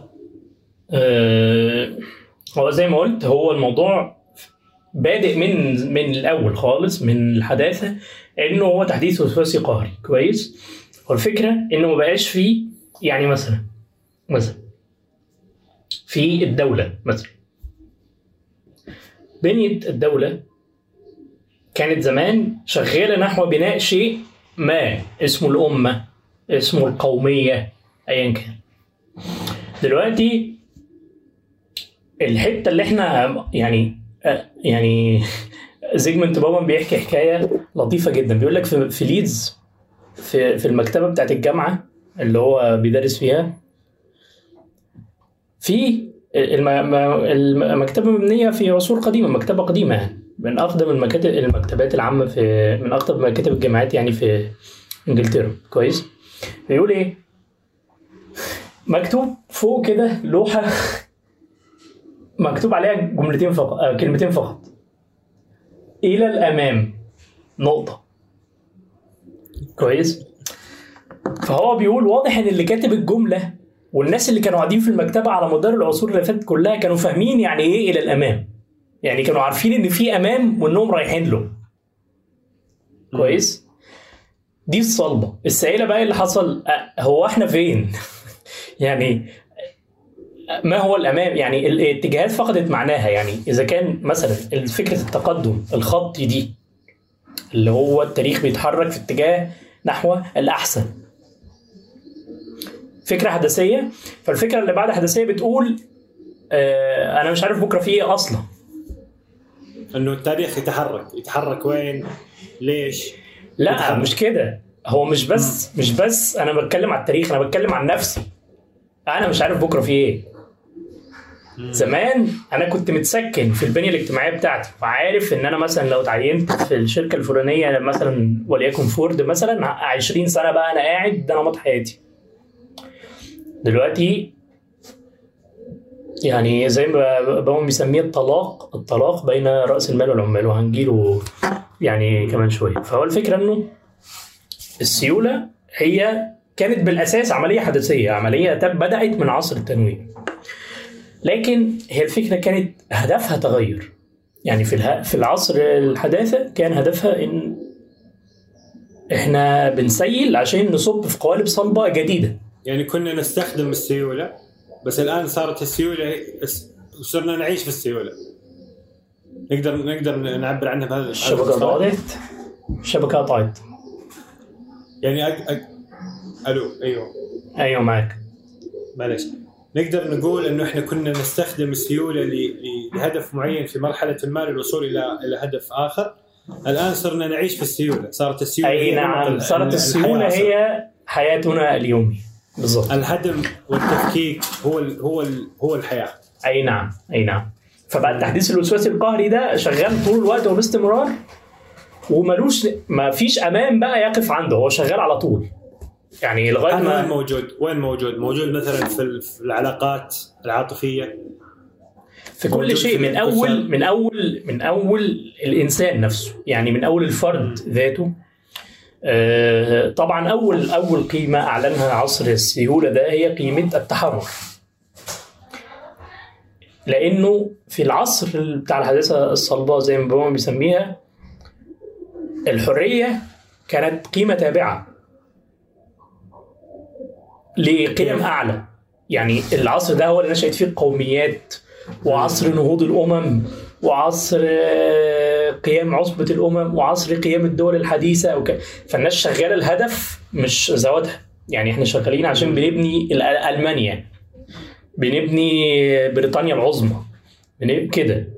أه هو زي ما قلت هو الموضوع بادئ من من الاول خالص من الحداثه، انه هو تحديث وسواسي قهري كويس. والفكره انه ما بقاش فيه يعني مثلا مثلا في الدوله مثلا بنية الدوله كانت زمان شغاله نحو بناء شيء ما اسمه الامه، اسمه القوميه، ايا كان. دلوقتي الحته اللي احنا يعني يعني زيجمنت باومان بيحكي حكايه لطيفه جدا. بيقول لك في, في ليدز في في المكتبه بتاعت الجامعه اللي هو بيدرس فيها، في المكتبه مبنيه في عصور قديمه، مكتبه قديمه يعني من اقدم المكاتب المكتبات العامه في من اقدم مكاتب الجامعات يعني في انجلترا. كويس. بيقول ايه؟ مكتوب فوق كده لوحه مكتوب عليها جملتين فقط، آه كلمتين فقط: الى الامام نقطه. كويس. فهو بيقول واضح ان اللي كاتب الجمله والناس اللي كانوا قاعدين في المكتبه على مدار العصور اللي فاتت كلها كانوا فاهمين يعني ايه الى الامام، يعني كانوا عارفين ان في امام وانهم رايحين له. كويس. دي الصلبه. السائله بقى اللي حصل، هو احنا فين؟ يعني ما هو الامام؟ يعني الاتجاهات فقدت معناها. يعني اذا كان مثلا فكره التقدم الخطي دي اللي هو التاريخ بيتحرك في اتجاه نحو الاحسن، فكره حداثيه، فالفكره اللي بعد حداثيه بتقول آه انا مش عارف بكره في ايه اصلا، انه التاريخ يتحرك يتحرك وين ليش. لا يتحرك. مش كده. هو مش بس م. مش بس انا بتكلم عن التاريخ، انا بتكلم عن نفسي. انا مش عارف بكره في ايه. م. زمان انا كنت متسكن في البنيه الاجتماعيه بتاعتي وعارف ان انا مثلا لو اتعينت في الشركه الفلانيه مثلا وليكن فورد مثلا عشرين سنه بقى انا قاعد ده نمط حياتي. دلوقتي يعني زي ما بقوم بيسميه الطلاق الطلاق بين رأس المال والعمال، وهنجيله يعني كمان شوية. فهو الفكرة انه السيولة هي كانت بالأساس عملية حداثية، عملية بدأت من عصر التنوير، لكن هي الفكرة كانت هدفها تغير. يعني في في العصر الحداثة كان هدفها ان احنا بنسيل عشان نصب في قوالب صلبة جديدة. يعني كنا نستخدم السيولة بس الآن صارت السيولة وصرنا نعيش في السيولة. نقدر نقدر نعبر عنها بهذا. الشبكة قطعت. الشبكة قطعت. يعني أج... أج... ألو أيوه أيوه معك. معلش. نقدر نقول إنه إحنا كنا نستخدم السيولة ل... لهدف معين في مرحلة ما للوصول إلى إلى هدف آخر. الآن صرنا نعيش في السيولة. صارت السيولة. أي نعم. صارت السيولة هي حياتنا اليومي. بالضبط. الهدم والتفكيك هو ال هو ال هو الحياة. أي نعم أي نعم. فبقى التحديث الوسواسي القهري ده شغال طول الوقت وباستمرار وملوش ما فيش أمام بقى يقف عنده، هو شغال على طول. يعني لغاية ما وين موجود وين موجود موجود مثلا في العلاقات العاطفية، في كل شيء، من أول من أول من أول الإنسان نفسه، يعني من أول الفرد ذاته. آه طبعا أول أول قيمة أعلنها عصر السيولة ده هي قيمة التحرر، لأنه في العصر بتاع الحداثة الصلبة زي ما بابا بيسميها الحرية كانت قيمة تابعة لقيم أعلى. يعني العصر ده هو اللي نشأت فيه القوميات، وعصر نهوض الأمم، وعصر قيام عصبة الأمم، وعصر قيام الدول الحديثة وك... فالناس شغالة الهدف مش زوادها. يعني احنا شغالين عشان بنبني ألمانيا، بنبني بريطانيا العظمى بنبني كده.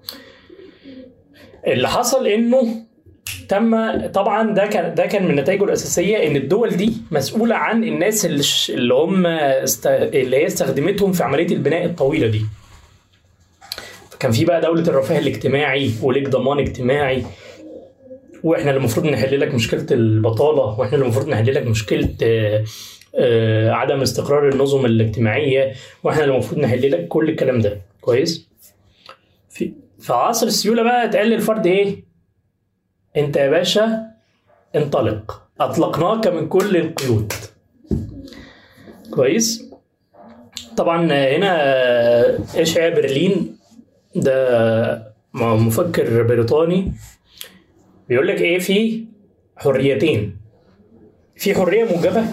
اللي حصل انه تم طبعا ده كان ده كان من نتائجه الأساسية ان الدول دي مسؤولة عن الناس اللي, ش... اللي هم است... اللي هي استخدمتهم في عملية البناء الطويلة دي. كان في بقى دولة الرفاه الاجتماعي وليك ضمان اجتماعي، واحنا اللي المفروض نحل لك مشكلة البطالة، واحنا اللي المفروض نحل لك مشكلة آآ آآ عدم استقرار النظم الاجتماعية، واحنا اللي المفروض نحل لك كل الكلام ده. كويس. في في عصر السيولة بقى تقال للفرد ايه؟ انت يا باشا انطلق، اطلقناك من كل القيود. كويس. طبعا هنا اشعيا برلين ده مفكر بريطاني بيقول لك ايه؟ في حريتين، في حرية موجبة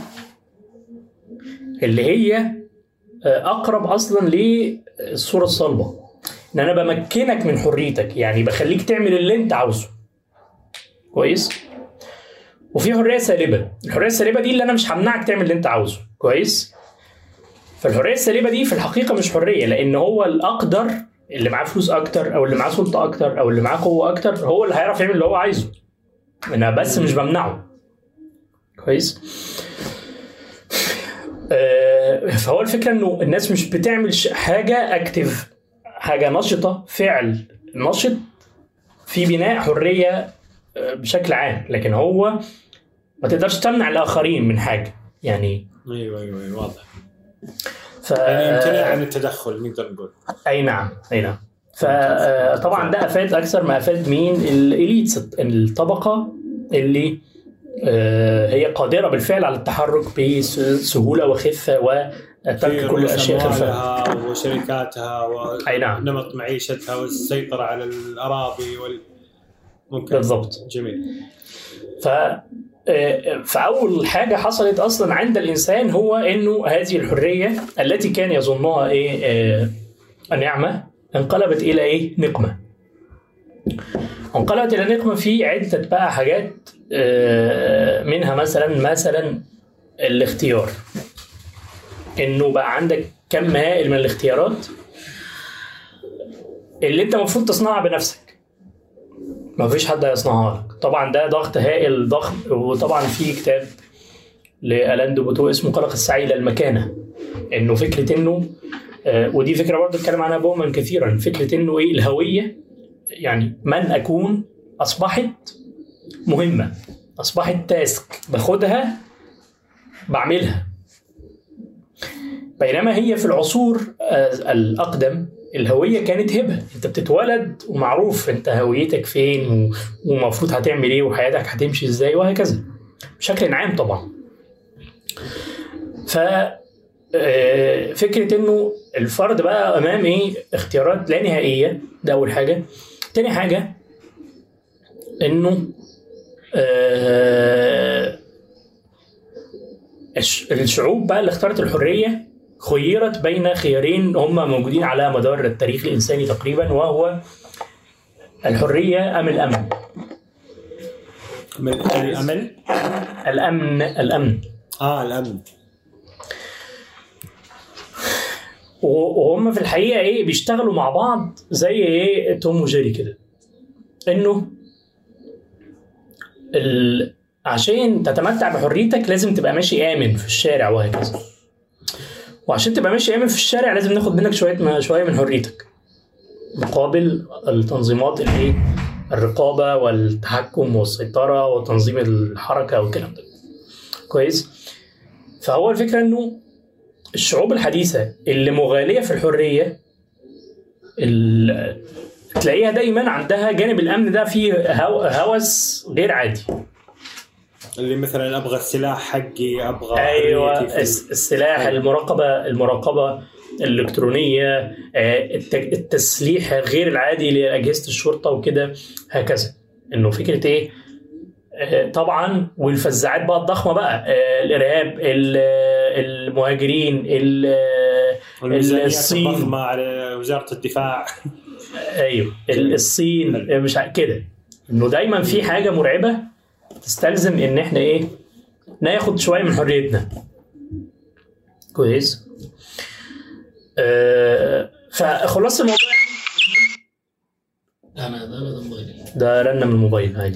اللي هي اقرب اصلا للصورة الصلبة، ان انا بمكنك من حريتك، يعني بخليك تعمل اللي انت عاوزه. كويس. وفي حرية سالبة. الحرية السالبة دي اللي انا مش همنعك تعمل اللي انت عاوزه. كويس. فالحرية السالبة دي في الحقيقة مش حرية، لان هو الاقدر اللي معاه فلوس اكتر او اللي معاه سلطة اكتر او اللي معاه قوة اكتر هو اللي هيعرف يعمل اللي هو عايزه، انا بس مش بمنعه. كويس. آه فهو الفكرة انه الناس مش بتعمل حاجة اكتف، حاجة نشطة، فعل نشط في بناء حريه بشكل عام، لكن هو ما تقدرش تمنع الاخرين من حاجه يعني. ايوه ايوه, أيوة واضح. ف... يعني امتناع عن التدخل نقدر نقول. اي نعم اي نعم. فطبعا ده افاد اكثر ما افاد مين؟ الاليتس، الطبقه اللي هي قادره بالفعل على التحرك بسهوله وخفه وترك كل الاشياء خلفها وشركاتها نعم. ونمط معيشتها والسيطره على الاراضي وال... ممكن. بالضبط. جميل. ف فأول حاجة حصلت أصلا عند الإنسان هو إنه هذه الحرية التي كان يظنها إيه آه نعمة انقلبت إلى إيه نقمة. انقلبت إلى نقمة في عدة بقى حاجات، آه منها مثلا مثلا الاختيار، إنه بقى عندك كم هائل من الاختيارات اللي أنت مفروض تصنعها بنفسك، ما فيش حد هيصنعها لك. طبعا ده ضغط هائل ضخم. وطبعا في كتاب لألان دو بوتو اسمه قلق السعي إلى المكانة، انه فكرة انه آه ودي فكرة برضه اتكلم عنها بومان كثيرا، فكرة انه ايه الهوية، يعني من اكون اصبحت مهمة، اصبحت تاسك باخدها بعملها. بينما هي في العصور آه الاقدم الهوية كانت هبة، انت بتتولد ومعروف انت هويتك فين ومفروض هتعمل ايه وحياتك هتمشي ازاي وهكذا بشكل عام طبعا. ف فكرة انه الفرد بقى امام ايه اختيارات لا نهائية، ده اول حاجة. تاني حاجة انه الشعوب بقى اللي اختارت الحرية خيرت بين خيارين هم موجودين على مدار التاريخ الإنساني تقريبا، وهو الحرية أم الأمن. من الأمن؟ الأمن الأمن آه الأمن. وهم في الحقيقة إيه بيشتغلوا مع بعض زي إيه توم وجيري كده، إنه ال... عشان تتمتع بحريتك لازم تبقى ماشي آمن في الشارع وهكذا، وعشان تبقى ماشي آمن في الشارع لازم ناخد منك شوية شوية من حريتك مقابل التنظيمات اللي الرقابة والتحكم والسيطرة وتنظيم الحركة والكلام ده. كويس. فهو الفكرة إنه الشعوب الحديثة اللي مغالية في الحرية تلاقيها دايما عندها جانب الأمن ده فيه هوس غير عادي، اللي مثلا ابغى السلاح حقي، ابغى ايوه السلاح، المراقبه المراقبه الالكترونيه، التسليح غير العادي لاجهزه الشرطه وكده هكذا. انه فكره ايه طبعا، والفزاعات بقى الضخمه بقى، الارهاب، المهاجرين، الصين الضخمه على وزاره الدفاع، ايوه الصين مش كده. انه دايما في حاجه مرعبه تستلزم ان احنا ايه ناخد شويه من حريتنا. كويس. آه فخلاص الموضوع يعني انا ده الموبايل ده رن من الموبايل عادي.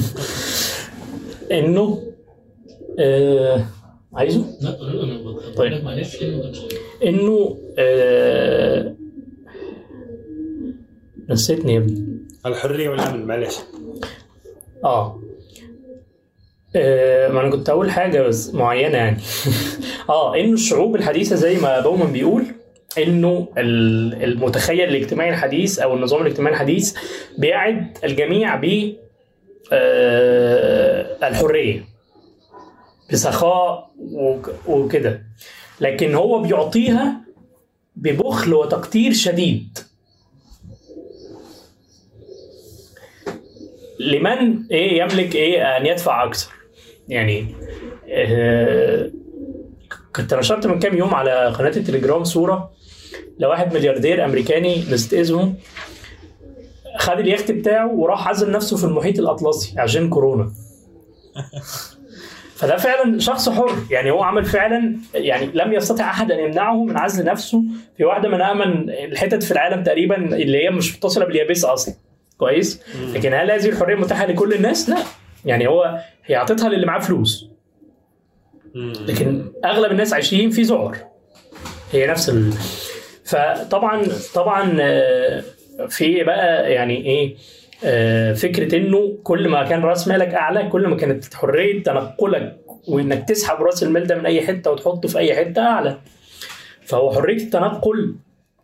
انه آه عايزه لا انا طيب معلش انه آه نسيتني يا ابني. الحريه والامن معلش. اه ما أنا كنت أقول حاجة بس معينة يعني. آه إنه الشعوب الحديثة زي ما بومان بيقول إنه المتخيل الاجتماعي الحديث أو النظام الاجتماعي الحديث بيعد الجميع ب الحرية بسخاء وكده، لكن هو بيعطيها ببخل وتقتير شديد لمن إيه يملك إيه أن يدفع أكثر. يعني آه كنت نشرت من كام يوم على قناة التليجرام صورة لواحد ملياردير أمريكاني نسيت اسمه، خد اليخت بتاعه وراح عزل نفسه في المحيط الأطلسي عشان كورونا. فده فعلا شخص حر، يعني هو عمل فعلا، يعني لم يستطع أحد أن يمنعه من عزل نفسه في واحدة من أمن الحتت في العالم تقريبا اللي هي مش متصلة باليابسة أصلا. كويس. لكن هل هذه الحرية متاحة لكل الناس؟ لا، يعني هو هي عطتها للي معاه فلوس، لكن اغلب الناس عايشين في ذعر. هي نفس ال... فطبعا طبعا في بقى يعني ايه فكره انه كل ما كان راس مالك اعلى كل ما كانت حريه تنقلك وانك تسحب راس المال ده من اي حته وتحطه في اي حته اعلى. فهو حريه التنقل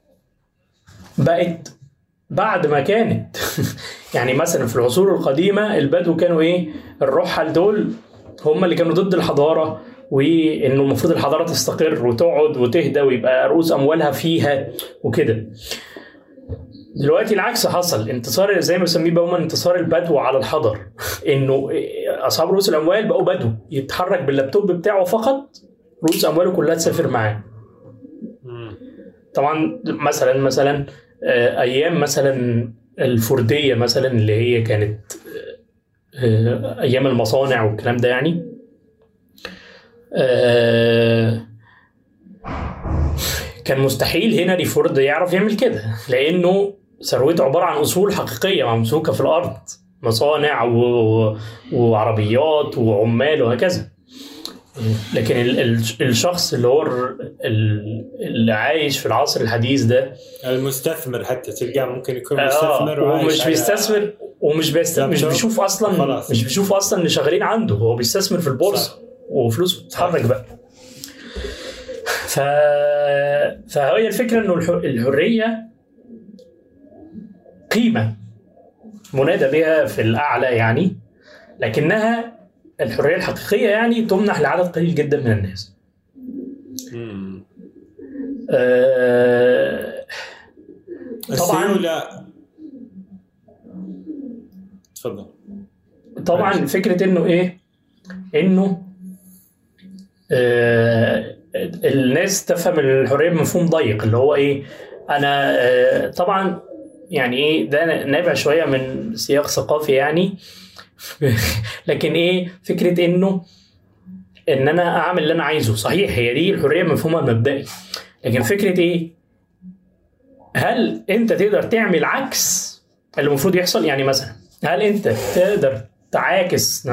بقت بعد ما كانت يعني مثلا في العصور القديمه البدو كانوا ايه؟ الرحل دول هم اللي كانوا ضد الحضاره، وانه المفروض الحضاره تستقر وتقعد وتهدى ويبقى رؤوس اموالها فيها وكده. دلوقتي العكس حصل، انتصار زي ما بسميه بقى انتصار البدو على الحضر، انه اصحاب رؤوس الاموال بقوا بدو يتحرك باللابتوب بتاعه فقط، رؤوس امواله كلها تسافر معاه. طبعا مثلا مثلا ايام مثلا الفرديه مثلا اللي هي كانت ايام المصانع والكلام ده، يعني كان مستحيل هنري فورد يعرف يعمل كده، لانه ثروته عباره عن اصول حقيقيه ممسوكه في الارض، مصانع و... وعربيات وعمال وهكذا. لكن ال... ال... الشخص اللي هو ال... اللي عايش في العصر الحديث ده، المستثمر حتى تلقاه ممكن يكون مستثمر آه ومش بيستثمر ومش بيست... مش بيشوف اصلا خلاص. مش بيشوف اصلا اللي شغالين عنده، هو بيستثمر في البورصه صح. وفلوسه بتتحرك بقى. ف... فهي الفكره انه الحريه قيمه منادى بها في الاعلى يعني، لكنها الحريه الحقيقيه يعني تمنح لعدد قليل جدا من الناس. آه... طبعا السيولة تفضل. طبعا فكره انه ايه؟ انه آه... الناس تفهم الحريه بمفهوم ضيق، اللي هو ايه؟ انا آه... طبعا يعني ايه ده نابع شويه من سياق ثقافي يعني لكن ايه فكره انه ان انا اعمل اللي انا عايزه، صحيح هي دي الحريه مفهومها المبدئي، لكن فكره ايه؟ هل انت تقدر تعمل عكس اللي المفروض يحصل؟ يعني مثلا هل انت تقدر تعاكس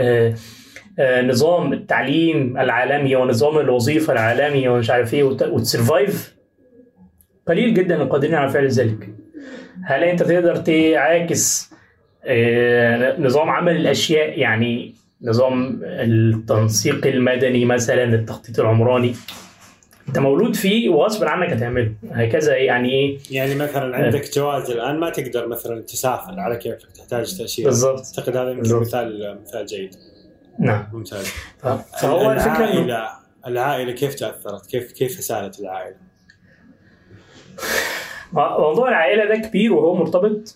نظام التعليم العالمي ونظام الوظيفه العالمي ومش عارف ايه وتسرفايف؟ قليل جدا القادرين على فعل ذلك. هل انت تقدر تعاكس نظام عمل الاشياء، يعني نظام التنسيق المدني مثلا، التخطيط العمراني؟ انت مولود فيه وغصب عنك هتعمله هكذا. يعني ايه؟ يعني مثلا عندك جواز الان ما تقدر مثلا تسافر على كيفك، تحتاج تاشيره. بالضبط. اعتقد هذا يمكن مثال مثال جيد. نعم ممتاز. فهو الفكره العائله العائله كيف تاثرت؟ كيف كيف سالت العائله؟ موضوع العائله ده كبير وهو مرتبط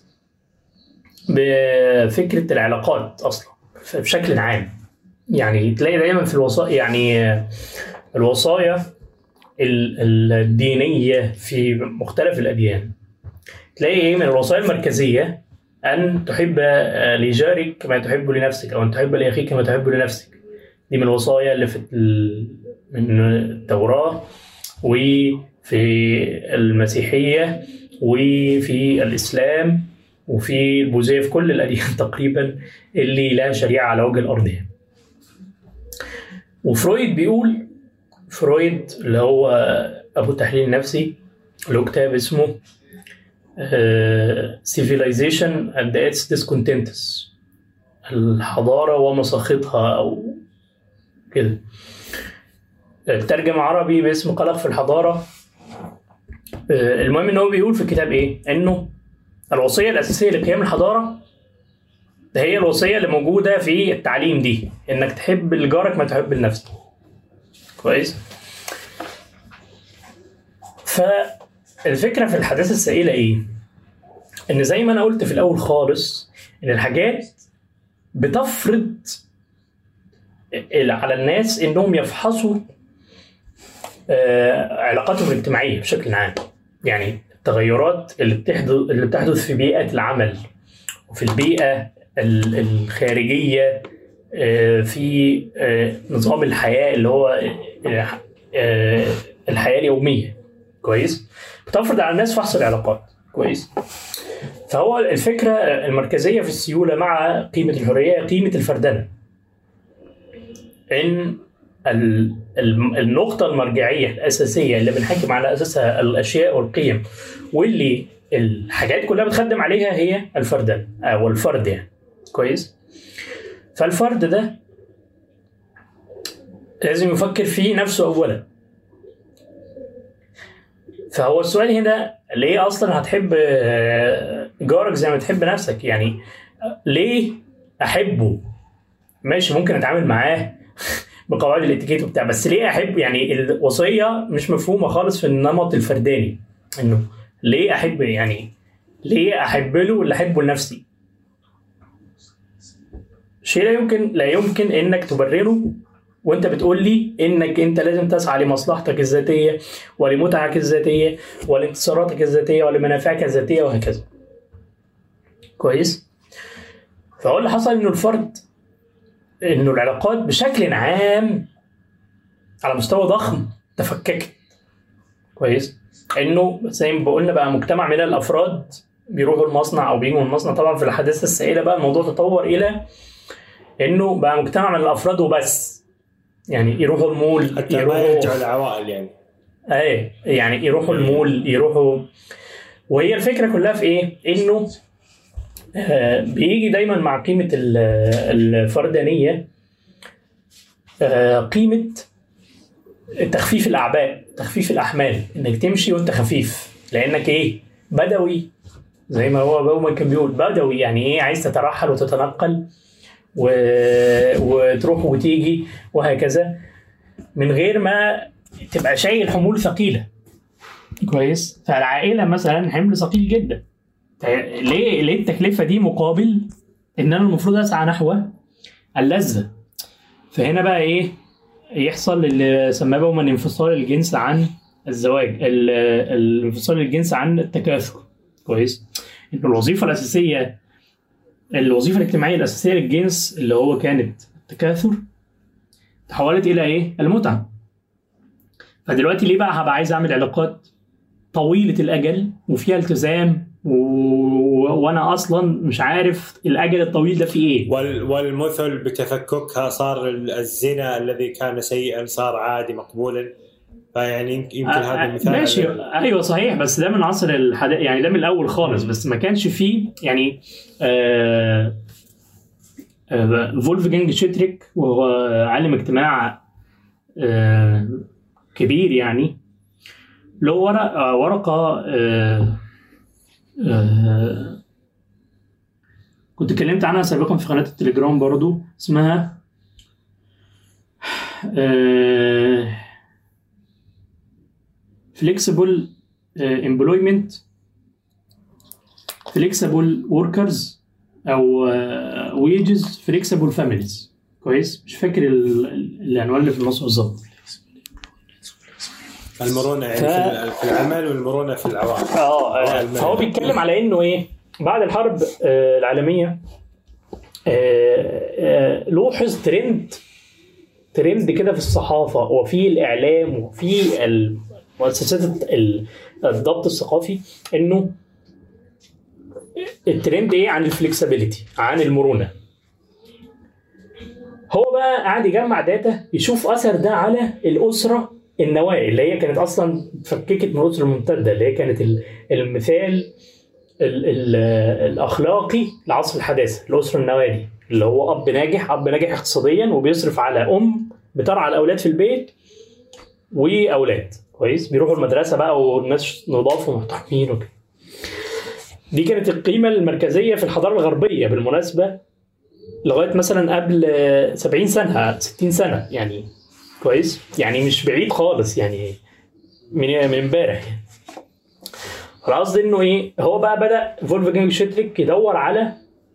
بفكره العلاقات اصلا بشكل عام. يعني تلاقي دايما في الوصايا، يعني الوصايا الدينيه في مختلف الاديان، تلاقي ايه من الوصايا المركزيه ان تحب لجارك ما تحب لنفسك، او ان تحب لاخيك ما تحب لنفسك. دي من الوصايا اللي في من التوراه وفي المسيحيه وفي الاسلام وفي البوذيه، في كل الاديان تقريبا اللي لها شريعه على وجه الارض. وفرويد بيقول، فرويد اللي هو ابو التحليل النفسي، له كتاب اسمه Civilization and its Discontents، الحضاره ومساخطها او كده، ترجم عربي باسم قلق في الحضاره. المهم ان هو بيقول في الكتاب ايه؟ انه الوصيه الاساسيه لقيام الحضاره ده هي الوصيه اللي موجوده في التعليم دي، انك تحب لجارك ما تحب لنفسك. كويس. فالفكره في الحداثه السائله ايه؟ ان زي ما انا قلت في الاول خالص ان الحاجات بتفرض على الناس انهم يفحصوا علاقاتهم الاجتماعيه بشكل عام. يعني التغيرات اللي بتحدث اللي بتحدث في بيئه العمل وفي البيئه الخارجيه في نظام الحياه اللي هو الحياه اليوميه. كويس. بتفرض على الناس فحص العلاقات. كويس. فهو الفكره المركزيه في السيوله مع قيمه الحريه قيمه الفردنه، ان النقطه المرجعيه الاساسيه اللي بنحكم على اساسها الاشياء والقيم واللي الحاجات كلها بتخدم عليها هي الفردان او الفرد يعني. كويس. فالفرد ده لازم يفكر في نفسه اولا. فهو السؤال هنا ليه اصلا هتحب جارك زي ما تحب نفسك؟ يعني ليه احبه؟ ماشي ممكن اتعامل معاه بقواعد الاتيكيت وبتاع، بس ليه احب؟ يعني الوصيه مش مفهومه خالص في النمط الفرداني، انه ليه احب، يعني ليه احب له اللي احبه لنفسي؟ شيء لا يمكن لا يمكن انك تبرره وانت بتقول لي انك انت لازم تسعى لمصلحتك الذاتيه ولمتعك الذاتيه ولانتصاراتك الذاتيه ولمنافعك الذاتيه وهكذا. كويس. فهو اللي حصل انه الفرد، انه العلاقات بشكل عام على مستوى ضخم تفككت. كويس. انه زي ما قلنا بقى مجتمع من الافراد بيروحوا المصنع او بيجوا من المصنع. طبعا في الحداثه السائله بقى الموضوع تطور الى انه بقى مجتمع من الافراد وبس، يعني يروحوا المول، حتى ما يرجعوا العوائل يعني. ايه يعني يروحوا المول، يروحوا. وهي الفكره كلها في ايه؟ انه آه بيجي دايما مع قيمه الفردانيه آه قيمه تخفيف الاعباء، تخفيف الاحمال، انك تمشي وانت خفيف، لانك ايه؟ بدوي، زي ما هو باومان كان بيقول بدوي، يعني ايه؟ عايز تترحل وتتنقل و... وتروح وتيجي وهكذا من غير ما تبقى شايل حمول ثقيله. كويس. فالعائله مثلا حمل ثقيل جدا. ليه ليه التكلفه دي مقابل ان انا المفروض اسعى نحو اللذه؟ فهنا بقى ايه يحصل؟ اللي سماه باومان انفصال الجنس عن الزواج، الانفصال الجنس عن التكاثر. كويس. ان الوظيفه الاساسيه، الوظيفه الاجتماعيه الاساسيه للجنس اللي هو كانت التكاثر، تحولت الى ايه؟ المتعه. فدلوقتي ليه بقى هبقى عايز اعمل علاقات طويله الاجل وفيها التزام و... وانا اصلا مش عارف الاجل الطويل ده فيه ايه؟ وال... والمثل بتفككها صار الزنا الذي كان سيئا صار عادي مقبولا. فيعني يمكن آه هذا المثال. ماشي. ايوه صحيح، بس ده من عصر الحد... يعني ده من الاول خالص، بس ما كانش فيه يعني آه... آه... فولفجانج شيتريك وهو عالم اجتماع آه... كبير، يعني له ورقه ورقه آه... آه... كنت اتكلمت عنها سابقا في قناه التليجرام برضو، اسمها آه... flexible employment flexible workers او wages flexible families. كويس. مش فاكر العنوان اللي في النص بالظبط. المرونه يعني ف... في العمل والمرونه في العوائل. اه فهو بيتكلم على انه ايه؟ بعد الحرب العالميه لوحظ ترند ترند كده في الصحافه وفي الاعلام وفي مؤسسات الضبط الثقافي، انه الترند ايه؟ عن الفلكسبيليتي، عن المرونه. هو بقى قاعد يجمع داتا يشوف اثر ده على الاسره النواه اللي هي كانت اصلا اتفككت من الاسره الممتده، اللي هي كانت المثال ال ال الاخلاقي لعصر الحداثه، الاسره النواه دي اللي هو اب ناجح، اب ناجح اقتصاديا وبيصرف على ام بترعى الاولاد في البيت واولاد. كويس. بيروحوا المدرسه بقى والناس نضاف ومحترمين وكده. دي كانت القيمه المركزيه في الحضاره الغربيه بالمناسبه لغايه مثلا قبل سبعين سنه ستين سنه يعني. كويس. يعني مش بعيد خالص، يعني من من امبارح. القصد انه ايه؟ هو بقى بدا فولفجانج شيتريك يدور على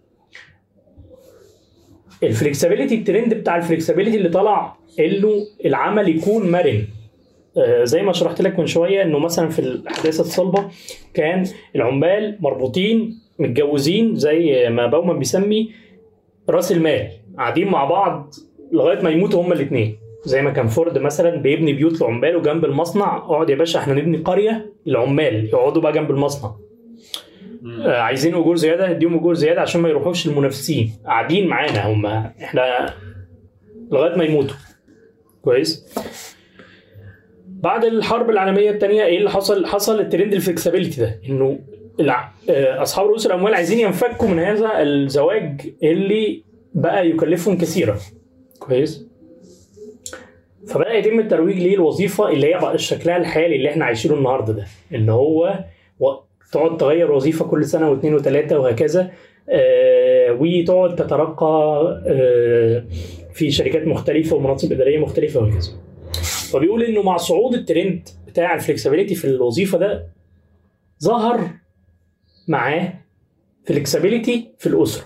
الفلكسبيليتي، الترند بتاع الفلكسبيليتي اللي طلع انه العمل يكون مرن. آه زي ما شرحت لك من شويه انه مثلا في الحداثه الصلبه كان العمال مربوطين متجوزين زي ما باومان بيسمي راس المال، قاعدين مع بعض لغايه ما يموتوا هما الاثنين. زي ما كان فورد مثلا بيبني بيوت لعماله جنب المصنع، اقعد يا باشا احنا نبني قريه للعمال يقعدوا بقى جنب المصنع. آه عايزين اجور زياده نديهم اجور زياده عشان ما يروحوش المنافسين، قاعدين معانا هم احنا لغايه ما يموتوا. كويس. بعد الحرب العالميه الثانيه ايه اللي حصل؟ حصل الترند الفلكسبيليتي ده، انه اصحاب رؤوس الاموال عايزين ينفكوا من هذا الزواج اللي بقى يكلفهم كثيرا. كويس. فبدأ يتم الترويج ليه الوظيفة اللي هي بقى شكلها الحالي اللي احنا عايشينه النهاردة ده، ان هو تقعد تغير وظيفة كل سنة واثنين وثلاثة وهكذا، آه وتقعد تترقى آه في شركات مختلفة ومناصب إدارية مختلفة وهكذا. فبيقول انه مع صعود الترند بتاع الفلكسبيليتي في الوظيفة ده ظهر معاه فلكسبيليتي في الأسرة.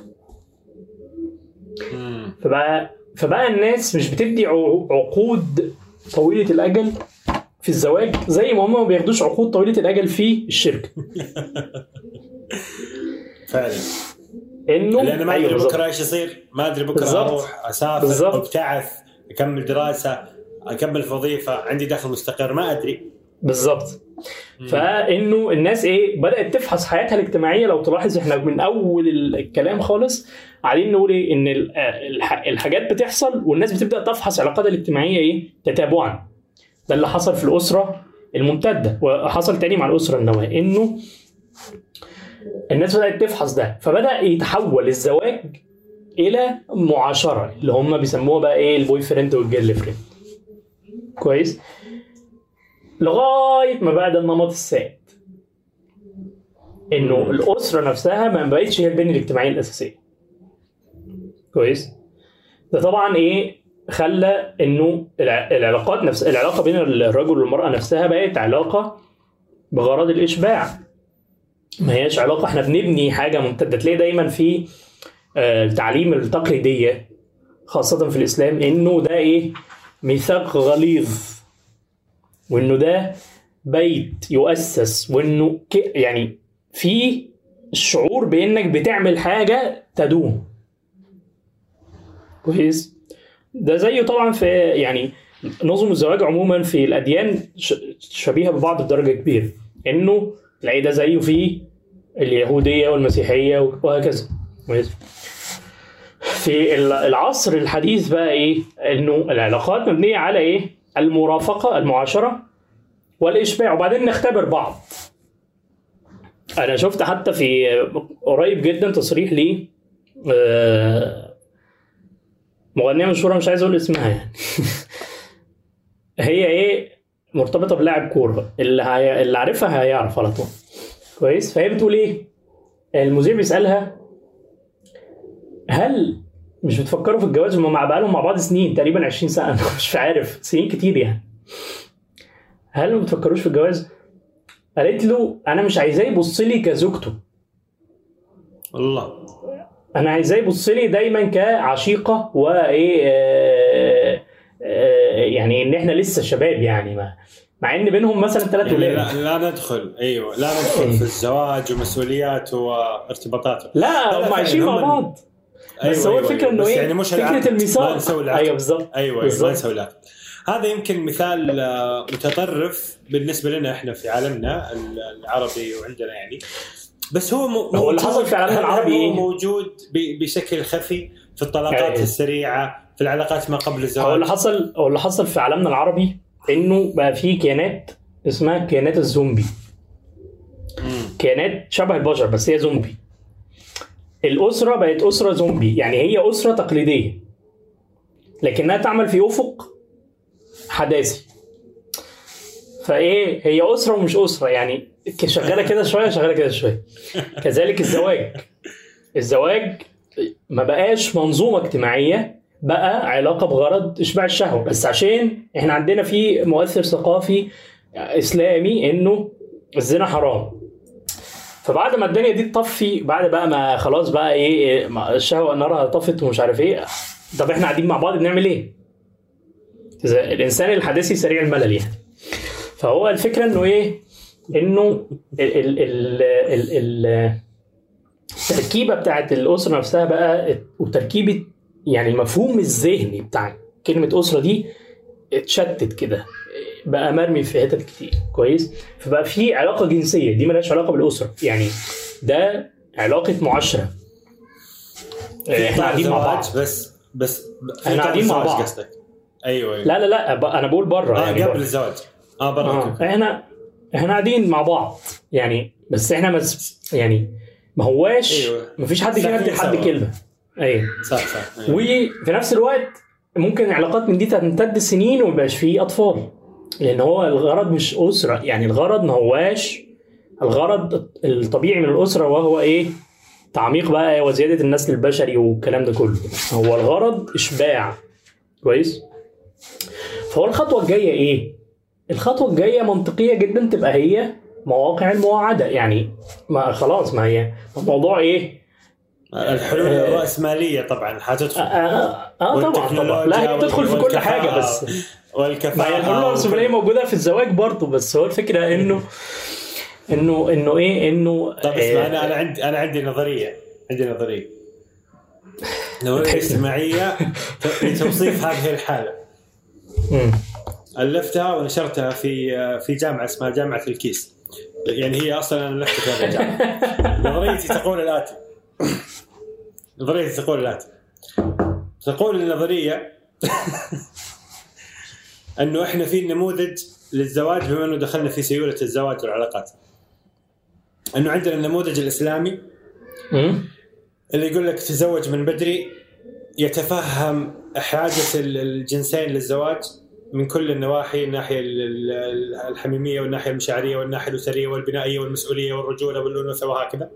فبقى فبقى الناس مش بتدي عقود طويلة الأجل في الزواج زي ما هم ما بياخدوش عقود طويلة الأجل في الشركة. فعلا. إنه لأن ما أدري بكرة إيش يصير، ما أدري بكرة بالزبط. أروح أسافر أبتعث أكمل دراسة أكمل في وظيفة عندي دخل مستقر ما أدري بالضبط. فإنه الناس إيه بدأت تفحص حياتها الاجتماعية. لو تلاحظ إحنا من أول الكلام خالص قاعدين نقول إيه إن الحاجات بتحصل والناس بتبدأ تفحص علاقاتها الاجتماعية إيه تتابعا. ده اللي حصل في الأسرة الممتدة وحصل تاني مع الأسرة النواة، إنه الناس بدأت تفحص ده. فبدأ يتحول الزواج إلى معاشرة اللي هم بيسموها بقى إيه البوي فريند والجيرل فريند. كويس. لغاية ما بعد النمط السائد إنه الأسرة نفسها ما بقتش هي البنية الاجتماعية الأساسية. كويس. ده طبعا إيه خلى إنه العلاقات نفس العلاقة بين الرجل والمرأة نفسها بقت علاقة بغرض الإشباع، ما هياش علاقة إحنا بنبني حاجة ممتدة. تلاقي دايما في التعليم التقليدية خاصة في الإسلام إنه ده إيه ميثاق غليظ، وإنه ده بيت يؤسس، وإنه يعني في الشعور بإنك بتعمل حاجة تدوم. كويس. ده زيه طبعا في يعني نظم الزواج عموما في الأديان شبيهة ببعض بدرجة كبيرة، إنه تلاقي ده زيه في اليهودية والمسيحية وهكذا. كويس. في العصر الحديث بقى إيه إنه العلاقات مبنية على إيه المرافقة المعاشرة والإشباع، وبعدين نختبر بعض. أنا شفت حتى في قريب جدا تصريح لي مغنية مشهورة مش عايز أقول اسمها يعني هي إيه مرتبطة بلاعب كورة، اللي هي... اللي عارفها هيعرف على طول. كويس. فهي بتقول إيه، المذيع بيسألها هل مش بتفكروا في الجواز؟ هم مع بقالهم مع بعض سنين تقريبا عشرين سنة مش عارف سنين كتير يعني. هل ما بتفكروش في الجواز؟ قالت له انا مش عايزاه يبص لي كزوجته، الله انا عايزاه يبص لي دايما كعشيقه وايه آه آه يعني ان احنا لسه شباب يعني، ما مع ان بينهم مثلا ثلاث يعني ولاد. لا, لا ندخل ايوه لا ندخل في الزواج ومسؤوليات وارتباطاته، لا هم عايشين مع بعض. أيوة بس هو أيوة الفكره انه ايه يعني فكره الميثاق. ايوه بالظبط ايوه ما نسوي العقد. هذا يمكن مثال متطرف بالنسبه لنا احنا في عالمنا العربي وعندنا يعني، بس هو م... هو اللي حصل في عالمنا العربي هو موجود ب... بشكل خفي في الطلاقات السريعه في العلاقات ما قبل الزواج. هو اللي حصل هو اللي حصل في عالمنا العربي انه بقى في كيانات اسمها كيانات الزومبي. مم. كيانات شبه البشر بس هي زومبي. الاسره بقت اسره زومبي، يعني هي اسره تقليديه لكنها تعمل في افق حداثي. فايه هي اسره ومش اسره، يعني شغاله كده شويه شغاله كده شويه. كذلك الزواج الزواج ما بقاش منظومه اجتماعيه، بقى علاقه بغرض اشباع الشهوه، بس عشان احنا عندنا في مؤثر ثقافي اسلامي انه الزنا حرام. فبعد ما الدنيا دي تطفي، بعد بقى ما خلاص بقى ايه الشهوه نارها طفت ومش عارف ايه، طب احنا قاعدين مع بعض بنعمل ايه؟ الانسان الحداثي سريع الملل يعني. فهو الفكره انه ايه انه ال ال ال التركيبه بتاعت الاسره نفسها بقى، وتركيبه يعني المفهوم الذهني بتاع كلمه اسره دي اتشتت كده، بقى مرمي في حتت كتير. كويس. فبقى في علاقه جنسيه دي مالهاش علاقه بالاسره، يعني ده علاقه معاشره، احنا قاعدين مع بعض بس بس احنا قاعدين مع بعض قصدك. ايوه, أيوة. لا لا لا انا بقول بره آه يعني قبل الزواج اه بره آه. احنا احنا قاعدين مع بعض يعني، بس احنا مز... يعني ما هواش أيوة. ما فيش حد فينا يدي حد كلمه. ايوه صح صح. أيوة. وفي نفس الوقت ممكن علاقات من دي تمتد سنين ومبقاش فيه اطفال، لان هو الغرض مش اسره. يعني الغرض ما هواش الغرض الطبيعي من الاسره، وهو ايه؟ تعميق بقى وزياده النسل البشري والكلام ده كله. هو الغرض اشباع. كويس. فهو الخطوه الجايه ايه؟ الخطوه الجايه منطقيه جدا تبقى هي مواقع المواعده. يعني ما خلاص، ما هي الموضوع ايه؟ الحلول آه الرأسمالية طبعا حتدخل. اه, آه, آه طبعا طبعا لا هي بتدخل في كل حاجه، بس والكفاءة. ما هي الحلول الرأسمالية موجوده في الزواج برضه، بس هو الفكره انه انه انه ايه انه طب اسمع، انا انا عندي انا عندي نظريه عندي نظريه نظريه اجتماعيه لتوصيف هذه الحاله. امم الفتها ونشرتها في في جامعه اسمها جامعه الكيس. يعني هي اصلا انا لفتها في الجامعه. نظريتي تقول الاتي نظريتي تقول الاتي تقول النظريه انه احنا في نموذج للزواج، بما انه دخلنا في سيوله الزواج والعلاقات، انه عندنا النموذج الاسلامي اللي يقول لك تزوج من بدري، يتفهم حاجه الجنسين للزواج من كل النواحي، الناحيه الحميميه والناحيه المشاعريه والناحيه الاسريه والبنائيه والمسؤوليه والرجوله والانوثه وهكذا،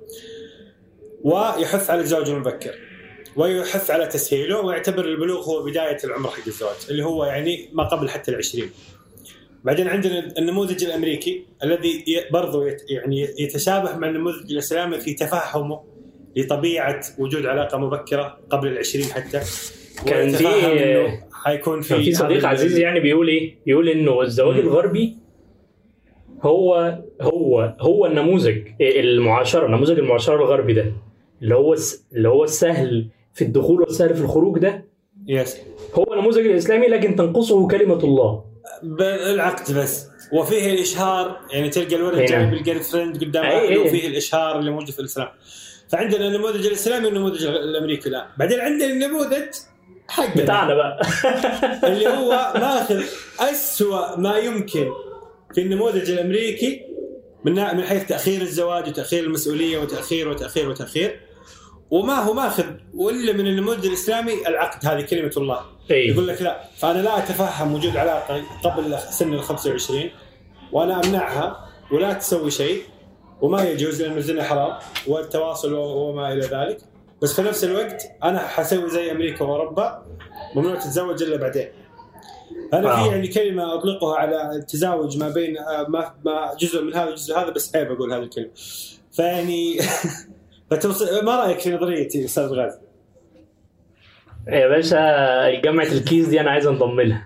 ويحث على الزواج المبكر ويحث على تسهيله، ويعتبر البلوغ هو بدايه العمر حق الزواج اللي هو يعني ما قبل حتى العشرين. بعدين عندنا النموذج الأمريكي الذي برضو يعني يتشابه مع النموذج الإسلامي في تفهمه لطبيعة وجود علاقة مبكرة قبل العشرين حتى. كان في حيكون في, في صديق عزيز يعني بيقول إيه؟ بيقول إنه الزواج م. الغربي هو هو هو النموذج المعاشرة، نموذج المعاشرة الغربي ده اللي هو اللي هو السهل في الدخول والسهل في الخروج ده. يس. هو النموذج الإسلامي لكن تنقصه كلمة الله بالعقد بس، وفيه الإشهار. يعني تلقى الولد جايب الجيرل فريند قدام أهله وفيه الإشهار اللي موجود في الإسلام. فعندنا النموذج الإسلامي والنموذج الأمريكي. لا، بعدين عندنا النموذج حقنا بتاعنا بقى اللي هو ماخذ أسوأ ما يمكن في النموذج الأمريكي من من حيث تأخير الزواج وتأخير المسؤولية وتأخير وتأخير وتأخير، وما هو ماخذ ولا من النموذج الإسلامي العقد، هذه كلمة الله. أيه. يقول لك لا، فأنا لا أتفهم وجود علاقة قبل سن الخمسة وعشرين وأنا أمنعها ولا تسوي شيء وما يجوز لأنه الزنا حرام والتواصل وما إلى ذلك، بس في نفس الوقت أنا حسوي زي أمريكا وأوروبا ممنوع تتزوج إلا بعدين. أنا آه. في يعني كلمة أطلقها على التزاوج ما بين ما ما جزء من هذا وجزء هذا، بس عيب أقول هذه الكلمة. فيعني فتوصل. ما رأيك في نظريتي أستاذ غازي؟ يا باشا جامعة الكيس دي أنا عايز انضم لها.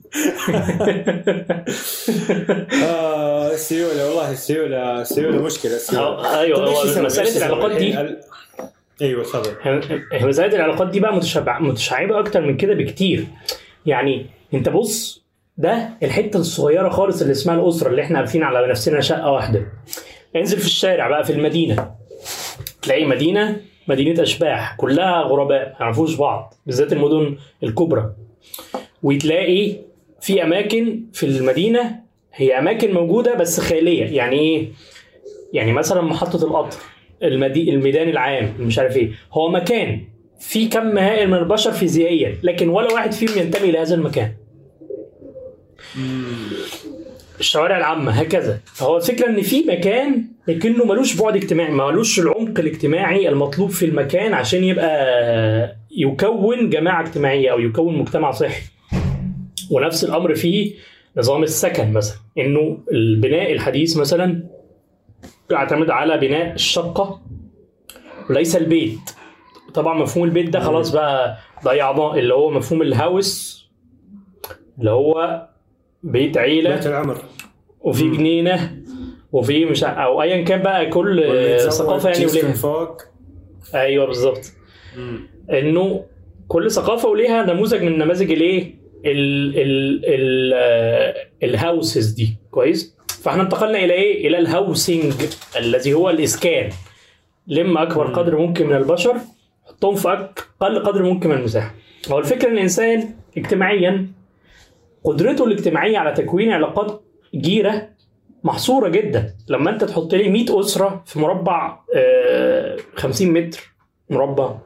آه السيولة، والله السيولة السيولة مشكلة. السيولة. أيوة مسألة العلاقات دي. أيوة تفضل. مسألة العلاقات دي بقى متشابهة متشعبة أكتر من كده بكتير. يعني أنت بص، ده الحتة الصغيرة خالص اللي اسمها الأسرة اللي إحنا عارفين على نفسنا شقة واحدة. انزل في الشارع بقى في المدينة، تلاقي مدينة مدينة أشباح كلها غرباء ما يعرفوش بعض، بالذات المدن الكبرى. وتلاقي في أماكن في المدينة هي أماكن موجودة بس خالية. يعني إيه؟ يعني مثلا محطة القطر، المدي... الميدان العام، مش عارف إيه، هو مكان في كم هائل من البشر فيزيائيا، لكن ولا واحد فيهم ينتمي لهذا المكان. الشوارع العامة هكذا. فهو الفكرة ان في مكان لكنه ملوش بعد اجتماعي، ملوش العمق الاجتماعي المطلوب في المكان عشان يبقى يكون جماعة اجتماعية او يكون مجتمع صحي. ونفس الامر في نظام السكن مثلا، انه البناء الحديث مثلا يعتمد على بناء الشقة وليس البيت. طبعا مفهوم البيت ده خلاص بقى ضيعناه، اللي هو مفهوم الهاوس اللي هو بيت عيلة، بيت العمر، وفي جنينة، وفي مش او ايا كان بقى كل ثقافة يعني وليها فوق. ايوه بالظبط. انه كل ثقافة وليها نموذج من نماذج الايه ال ال ال الهاوسز دي. كويس. فاحنا انتقلنا الى ايه؟ الى الهاوسينج الذي هو الاسكان. لما اكبر قدر ممكن من البشر حطهم في اقل قدر ممكن من المساحة. هو الفكرة ان الانسان اجتماعيا قدرته الاجتماعية على تكوين علاقات جيرة محصوره جدا. لما انت تحط لي مية اسره في مربع خمسين متر مربع،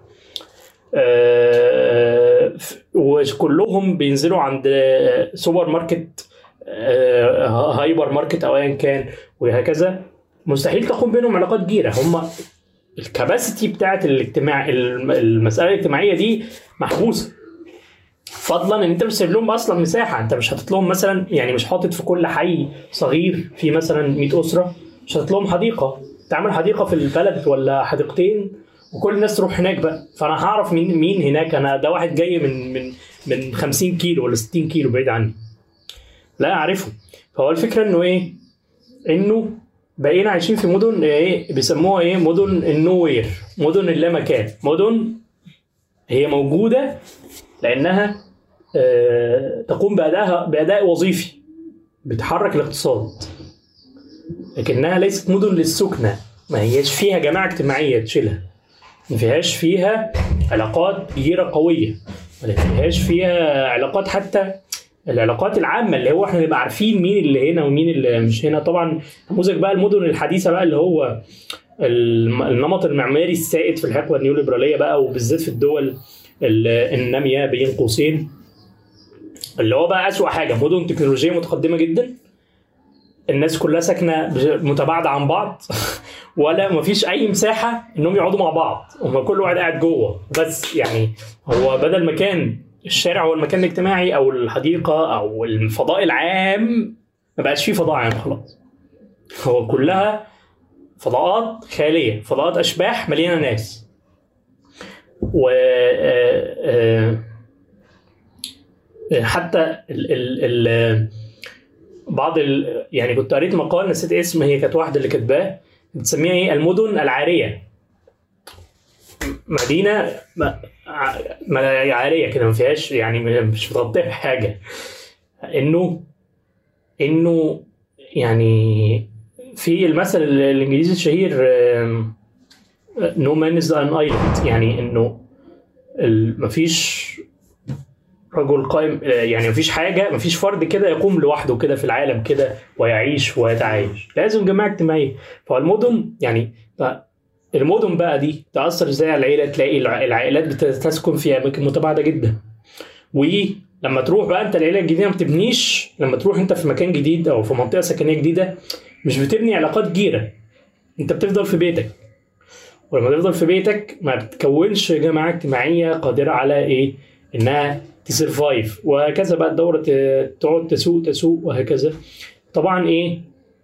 وكلهم بينزلوا عند سوبر ماركت هايبر ماركت او ايا كان وهكذا، مستحيل تقوم بينهم علاقات جيره. هم الكباسيتي بتاعت الاجتماع، المساله الاجتماعيه دي محبوسه، فضلا ان انت مش سايب لهم اصلا مساحه. انت مش حاطط لهم مثلا، يعني مش حاطط في كل حي صغير في مثلا مية اسره مش حاطط لهم حديقه، تعمل حديقه في البلد ولا حديقتين وكل الناس تروح هناك بقى. فانا هعرف مين مين هناك. انا ده واحد جاي من من من خمسين كيلو ولا ستين كيلو بعيد عني، لا اعرفه. فهو الفكره انه ايه، انه بقينا عايشين في مدن ايه بيسموها ايه، مدن النوير، مدن اللامكان، مدن هي موجوده لانها آه تقوم بادائها باداء وظيفي بتحرك الاقتصاد، لكنها ليست مدن للسكنه، ما هيش فيها جماعه اجتماعيه تشيلها، ما فيهاش فيها علاقات جيره قويه، ما فيهاش فيها علاقات، حتى العلاقات العامه اللي هو احنا نبقى عارفين مين اللي هنا ومين اللي مش هنا. طبعا نموذج بقى المدن الحديثه بقى اللي هو النمط المعماري السائد في الحقبه النيوليبراليه بقى، وبالذات في الدول الناميه بين قوسين، اللي هو بقى اسوأ حاجه، مدن تكنولوجيه متقدمه جدا، الناس كلها ساكنه متباعده عن بعض ولا مفيش اي مساحه انهم يقعدوا مع بعض، هم كل واحد قاعد جوه بس. يعني هو بدل ما كان الشارع هو المكان الاجتماعي او الحديقه او الفضاء العام، ما بقاش فيه فضاء عام خلاص، هو كلها فضاءات خاليه، فضاءات اشباح مليانه ناس. و حتى ال ال ال بعض ال يعني كنت قريت مقال نسيت اسم، هي كانت واحده اللي كاتباه، بتسميها ايه، المدن العاريه. مدينه عاريه كده ما فيهاش، يعني مش متغطيه بحاجه، انه انه يعني في المثل الانجليزي الشهير no man is an island، يعني انه مفيش رجل قائم، يعني مفيش حاجه، مفيش فرد كده يقوم لوحده كده في العالم كده ويعيش ويتعايش، لازم جماعه اجتماعيه. فالمدن يعني المدن بقى دي تأثر ازاي على العيله؟ تلاقي العائلات بتسكن في اماكن متباعده جدا، ولما تروح بقى انت العيله الجديده ما بتبنيش، لما تروح انت في مكان جديد او في منطقه سكنيه جديده مش بتبني علاقات جيره، انت بتفضل في بيتك، ولما تفضل في بيتك ما بتكونش جماعه اجتماعيه قادره على ايه، انها تسرفايف، وهكذا بقى الدوره تقعد تسوق تسوق وهكذا. طبعا ايه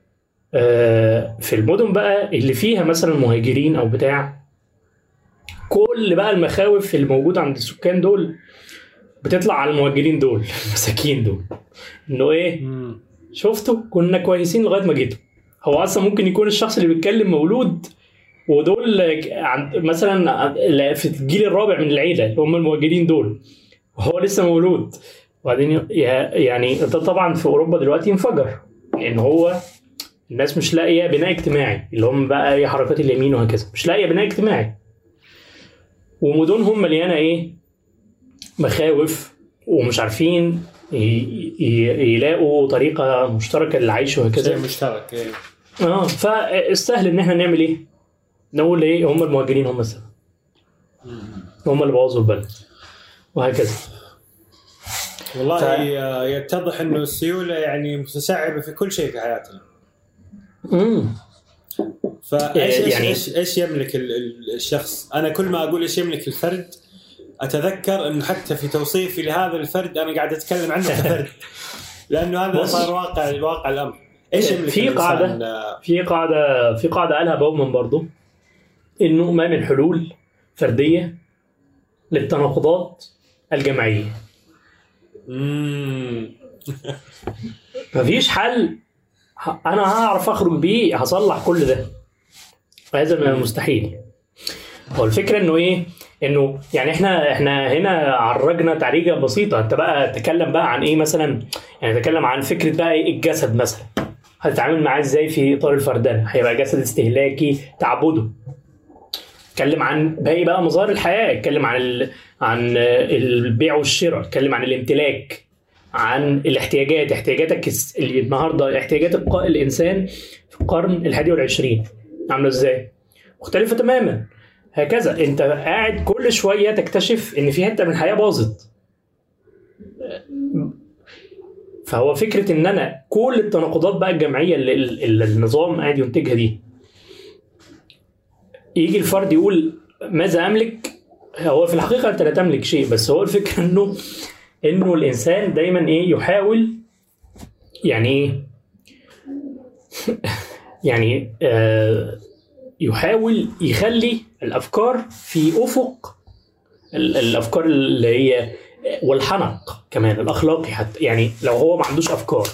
آه في المدن بقى اللي فيها مثلا مهاجرين او بتاع، كل بقى المخاوف اللي موجوده عند السكان دول بتطلع على المهاجرين دول المساكين دول، انه ايه شفتوا كنا كويسين لغايه ما جيتوا. هو اصلا ممكن يكون الشخص اللي بيتكلم مولود، ودول مثلا في الجيل الرابع من العيله اللي هم المهاجرين دول، وهو لسه مولود. وبعدين يعني ده طبعا في اوروبا دلوقتي انفجر، لان هو الناس مش لاقيه بناء اجتماعي، اللي هم بقى ايه حركات اليمين وهكذا، مش لاقيه بناء اجتماعي، ومدنهم مليانه ايه مخاوف، ومش عارفين يلاقوا طريقه مشتركه للعيش وهكذا، مشترك ايه. اه فالسهل ان احنا نعمل ايه، نقول ايه هم المهاجرين هم السبب، هم اللي بوظوا البلد وهكذا. والله ف... يتضح انه السيوله يعني متشعبه في كل شيء في حياتنا. امم فايش يعني ايش ايش يملك الشخص؟ انا كل ما اقول ايش يملك الفرد اتذكر انه حتى في توصيفي لهذا الفرد انا قاعد اتكلم عنه كفرد، لانه هذا صار واقع الواقع الامر. ايش يملك في قاعده في قاعده في قاعده قالها باومان برضو، انه ما من حلول فرديه للتناقضات الجماعيه. امم مفيش حل انا هعرف اخرج بيه هصلح كل ده، فهذا من المستحيل. هو الفكره انه ايه، انه يعني احنا احنا هنا عرجنا تعريجه بسيطه. انت بقى تتكلم بقى عن ايه مثلا، يعني تتكلم عن فكره بقى ايه الجسد مثلا، هتتعامل معاه ازاي في اطار الفردان، هيبقى جسد استهلاكي تعبده. اتكلم عن باقي بقى مظاهر الحياه، اتكلم عن ال... عن البيع والشراء، اتكلم عن الامتلاك، عن الاحتياجات، احتياجاتك النهارده، احتياجات الانسان في القرن الحادي والعشرين عامله ازاي؟ مختلفه تماما. هكذا انت قاعد كل شويه تكتشف ان في حته من الحياه باظت. فهو فكره ان انا كل التناقضات بقى الجمعيه اللي, اللي النظام قاعد ينتجها دي، يجي الفرد يقول ماذا املك؟ هو في الحقيقه انت لا تملك شيء، بس هو الفكره انه انه الانسان دايما ايه يحاول يعني ايه يعني آه يحاول يخلي الافكار في افق الافكار اللي هي والحنق كمان الاخلاقي حتى. يعني لو هو ما عندوش افكار،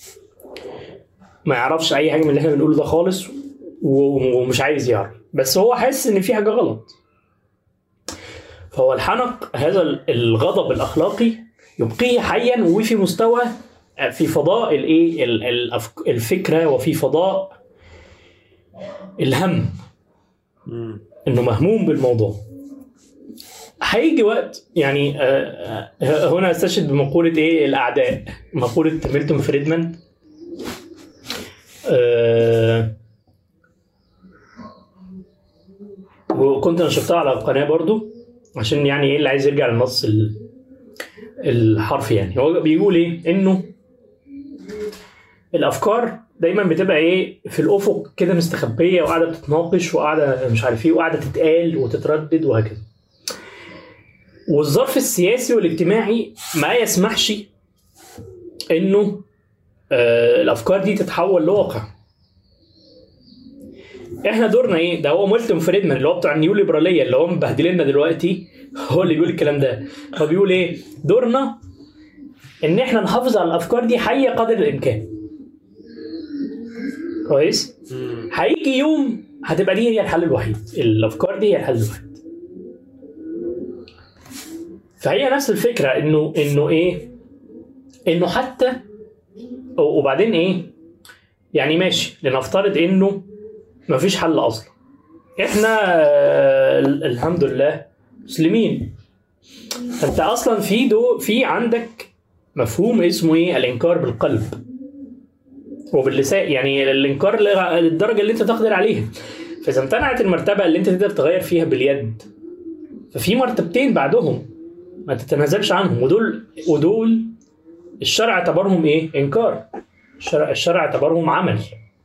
ما يعرفش اي حاجه من اللي احنا بنقوله ده خالص ومش عايز يعرف، بس هو حاسس ان في حاجه غلط، فهو الحنق هذا الغضب الاخلاقي يبقيه حيا وفي مستوى في فضاء الايه الفكره وفي فضاء الهم، انه مهموم بالموضوع. هيجي وقت يعني هنا استشهد بمقوله ايه الاعداء، مقوله ميلتون فريدمان. وكنت انا شفتها على القناه برضو عشان يعني ايه اللي عايز يرجع للنص الحرفي. يعني هو بيقول ايه انه الافكار دايما بتبقى ايه في الافق كده مستخبيه وقاعده بتتناقش وقاعده مش عارف ايه وقاعده تتقال وتتردد وهكذا، والظرف السياسي والاجتماعي ما يسمحش انه آه الافكار دي تتحول لواقع. احنا دورنا ايه؟ ده هو ميلتون فريدمان اللي هو بتاع النيو ليبراليه اللي هو مبهدلنا دلوقتي، هو اللي بيقول الكلام ده. هو بيقول ايه؟ دورنا ان احنا نحافظ على الافكار دي حيه قدر الامكان. كويس؟ هيجي يوم هتبقى دي هي الحل الوحيد، الافكار دي هي الحل الوحيد. فهي نفس الفكره انه انه ايه؟ انه حتى وبعدين ايه؟ يعني ماشي لنفترض انه مفيش حل اصلا، احنا الحمد لله مسلمين، فانت اصلا في دو في عندك مفهوم اسمه ايه؟ الانكار بالقلب وباللسان، يعني الانكار للدرجه اللي انت تقدر عليها. فاذا امتنعت المرتبه اللي انت تقدر تغير فيها باليد، ففي مرتبتين بعدهم ما تتنازلش عنهم، ودول ودول الشرع اعتبرهم ايه؟ انكار. الشرع الشرع اعتبرهم عمل،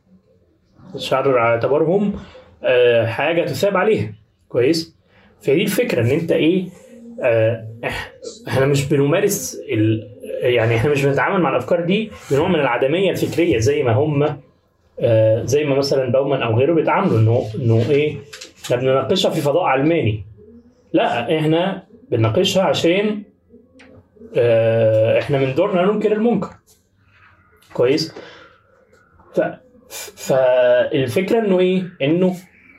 الشرع اعتبرهم آه حاجه تثاب عليها. كويس؟ فدي الفكره ان انت ايه آه احنا مش بنمارس ال... يعني احنا مش بنتعامل مع الافكار دي بنوع من العدميه الفكريه زي ما هم آه زي ما مثلا باومان او غيره بيتعاملوا، انه انه ايه احنا بنناقشها في فضاء علماني. لا، احنا بنناقشها عشان آه احنا من دورنا ننكر المنكر. كويس؟ ف فالفكره انه ايه؟ انه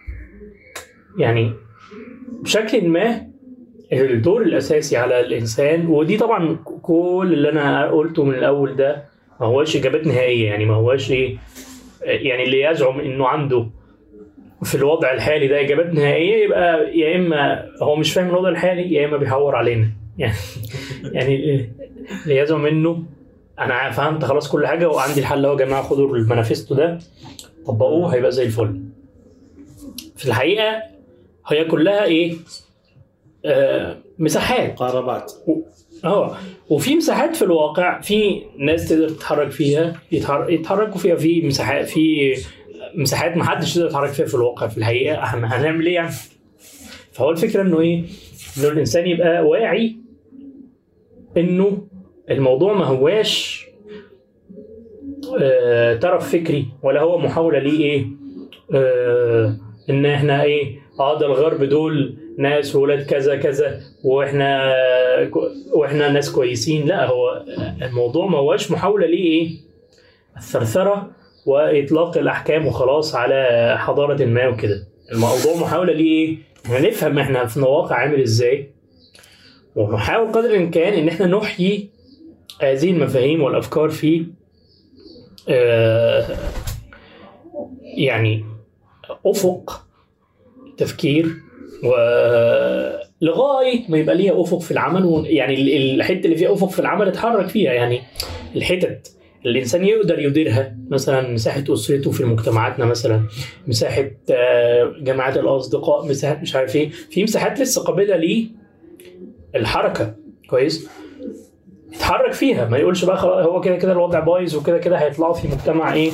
يعني بشكل ما الدور الاساسي على الانسان، ودي طبعا كل اللي انا قلته من الاول ده ما هواش اجابات نهائيه، يعني ما هواش ايه يعني اللي يزعم انه عنده في الوضع الحالي ده اجابات نهائيه يبقى يا اما هو مش فاهم الوضع الحالي يا اما بيحور علينا. يعني يعني اللي يزعم انه انا فهمت خلاص كل حاجه وعندي الحل اهو يا جماعه خدوا المانيفستو ده طبقوه هيبقى زي الفل. في الحقيقه هي كلها ايه؟ آه مساحات قاربات. اه وفي مساحات في الواقع في ناس تقدر تتحرك فيها يتحركوا فيها، في مساحات في مساحات ما حدش يقدر يتحرك فيها في الواقع. في الحقيقه احنا هنعمل ايه يعني؟ فهو الفكره انه ايه؟ انه الانسان يبقى واعي انه الموضوع ما هواش آه طرف فكري ولا هو محاوله ليه ايه آه ان احنا ايه اه ده الغرب دول ناس ولاد كذا كذا واحنا واحنا ناس كويسين. لا، هو الموضوع ما هواش محاوله ليه ايه الثرثره واطلاق الاحكام وخلاص على حضاره ما وكده. الموضوع محاوله ليه ايه احنا نفهم احنا في الواقع عامل ازاي، ونحاول قدر الامكان ان احنا نحيي هذه المفاهيم والافكار في آه يعني افق تفكير لغايه ما يبقى ليها افق في العمل، يعني الحته اللي فيها افق في العمل اتحرك فيها. يعني الحتت اللي الانسان يقدر يديرها، مثلا مساحه اسرته في مجتمعاتنا، مثلا مساحه جماعات الاصدقاء، مساحه مش عارف ايه، في مساحات لسه قابله للحركه كويس، يتحرك فيها. ما يقولش بقى خلاص هو كده كده الوضع بايظ وكده كده هيطلعوا في مجتمع ايه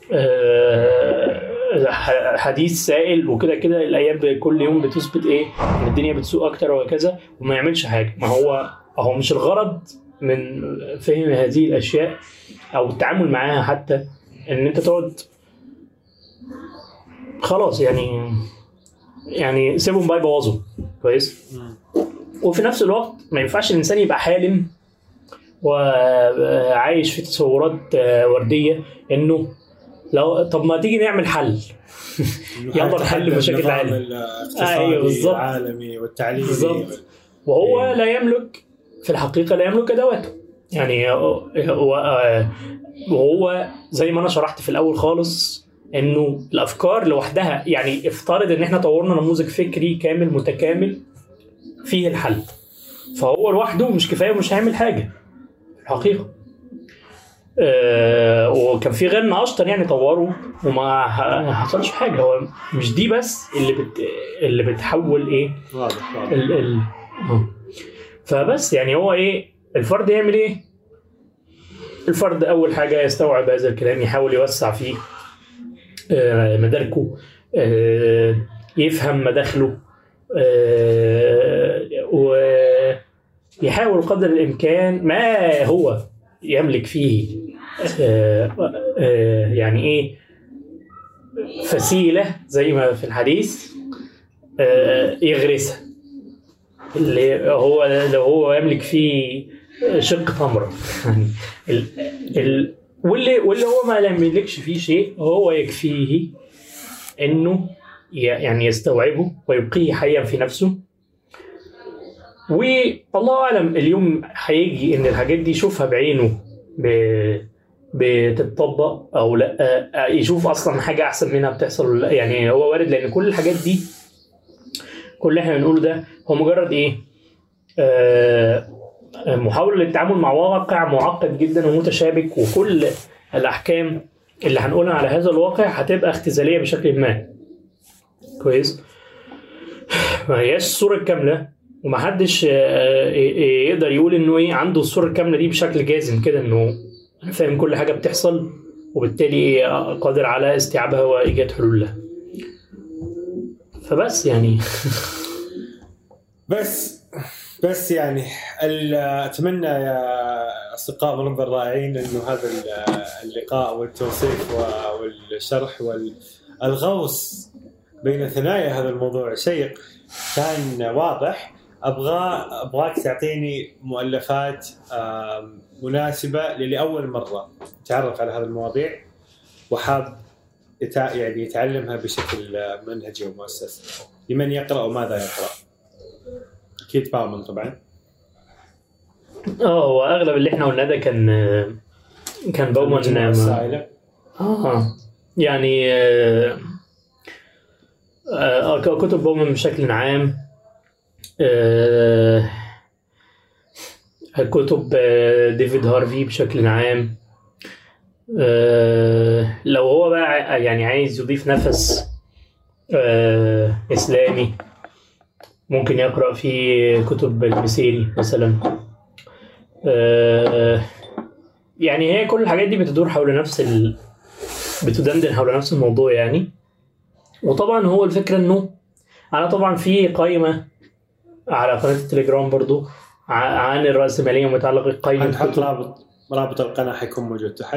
آه حديث سائل وكده كده الايام كل يوم بتثبت ايه ان الدنيا بتسوء اكتر وهكذا، وما يعملش حاجه. ما هو هو مش الغرض من فهم هذه الاشياء او التعامل معاها حتى ان انت تقعد خلاص يعني يعني سيبهم بقى يبوظوا كويس. وفي نفس الوقت ما ينفعش الانسان يبقى حالم وعايش في تصورات ورديه انه لو طب ما تيجي نعمل حل يلا نحل مشاكل العالم الاقتصادي العالمي والتعليمي بالضبط. وهو إيه. لا يملك في الحقيقه لا يملك ادواته. يعني وهو زي ما انا شرحت في الاول خالص انه الافكار لوحدها، يعني افترض ان احنا طورنا نموذج فكري كامل متكامل فيه الحل، فهو لوحده مش كفايه ومش هيعمل حاجه الحقيقه. أه وكان في غيرنا اشطر يعني طوروا وما حصلش حاجه. هو مش دي بس اللي بت اللي بتحول ايه واضح واضح ال... ال... فبس يعني هو ايه الفرد يعمل ايه؟ الفرد اول حاجه يستوعب هذا الكلام، يحاول يوسع فيه أه مداركه، أه يفهم مداخله، أه ويحاول قدر الامكان ما هو يملك فيه آه آه يعني ايه فسيلة زي ما في الحديث آه يغرسها. اللي هو لو هو يملك فيه شق تمرة يعني ال ال واللي واللي هو ما يملكش فيه شيء هو يكفيه انه يعني يستوعبه ويبقيه حيا في نفسه. والله أعلم اليوم هيجي إن الحاجات دي يشوفها بعينه بتتطبق أو لا، يشوف أصلا حاجة أحسن منها بتحصل ولا لا. يعني هو وارد، لأن كل الحاجات دي كل اللي احنا بنقوله ده هو مجرد إيه آه محاولة للتعامل مع واقع معقد جدا ومتشابك، وكل الأحكام اللي هنقولها على هذا الواقع هتبقى اختزالية بشكل ما كويس. ما هياش الصورة الكاملة، ومحدش يقدر يقول انه ايه عنده الصورة الكاملة دي بشكل جازم كده انه فاهم كل حاجة بتحصل وبالتالي ايه قادر على استيعابها وايجاد حلول لها. فبس يعني بس بس يعني اتمنى يا اصدقاء منبر الرائعين انه هذا اللقاء والتوصيف والشرح والغوص بين ثنايا هذا الموضوع شيق كان واضح. أبغى أبغاك تعطيني مؤلفات مناسبة للي أول مرة يتعرف على هذه المواضيع وحاب يتع... يعني يتعلمها بشكل منهجي ومؤسسي، لمن يقرأ وماذا يقرأ. أكيد باومن طبعا. اه وأغلب اللي إحنا قلنا ده كان كان باومن اه يعني آه... آه... كتب باومن بشكل عام، آه... كتب ديفيد هارفي بشكل عام. آه... لو هو بقى يعني عايز يضيف نفس آه... إسلامي ممكن يقرأ في كتب المسيري مثلا. آه... يعني هي كل الحاجات دي بتدور حول نفس ال... بتدندن حول نفس الموضوع يعني. وطبعا هو الفكرة انه انا طبعا في قائمة على قناة التليجرام برضو عن الرأسمالية ومتعلق قائمة هنحط رابط رابط القناة حيكون موجود تحت.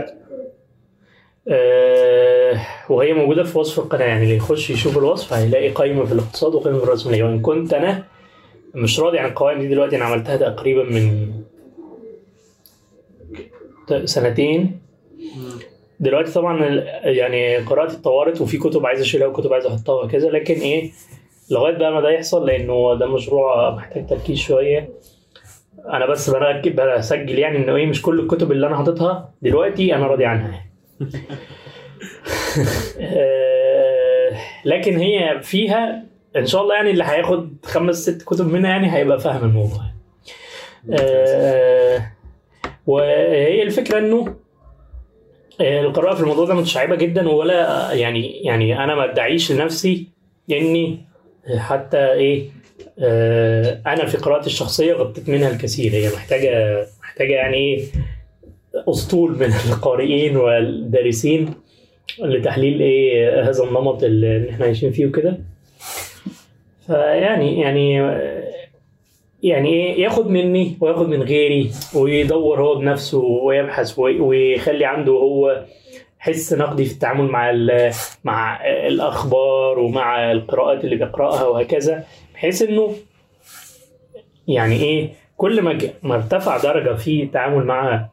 أه وهي موجودة في وصف القناة، يعني اللي يخش يشوف الوصف هيلاقي قائمة في الاقتصاد وقائمة في الرأسمالية. وإن كنت أنا مش راضي عن القوائم دي دلوقتي، أنا عملتها تقريبا من سنتين. دلوقتي طبعا يعني قراءتي اتطورت وفي كتب عايز اشيلها وكتب عايز احطها وكذا، لكن ايه لغايه بقى ما ده يحصل لانه ده مشروع محتاج تركيز شويه. انا بس بركب بسجل يعني انه ايه مش كل الكتب اللي انا حاططها دلوقتي انا راضي عنها لكن هي فيها ان شاء الله يعني اللي هياخد خمس ست كتب منها يعني هيبقى فاهم الموضوع. آه وهي الفكره انه القراءه في الموضوع ده متشعبه جدا، ولا يعني يعني انا ما ادعيش لنفسي اني حتى ايه آه انا في قراءتي الشخصيه غطيت منها الكثير. هي محتاجه محتاجه يعني ايه اسطول من القارئين والدارسين لتحليل ايه هذا النمط اللي احنا عايشين فيه وكده. فيعني يعني يعني ايه ياخد مني وياخد من غيري ويدور هو بنفسه ويبحث ويخلي عنده هو حس نقدي في التعامل مع مع الاخبار ومع القراءات اللي بيقراها وهكذا، بحيث انه يعني ايه كل ما ما ارتفع درجه في التعامل مع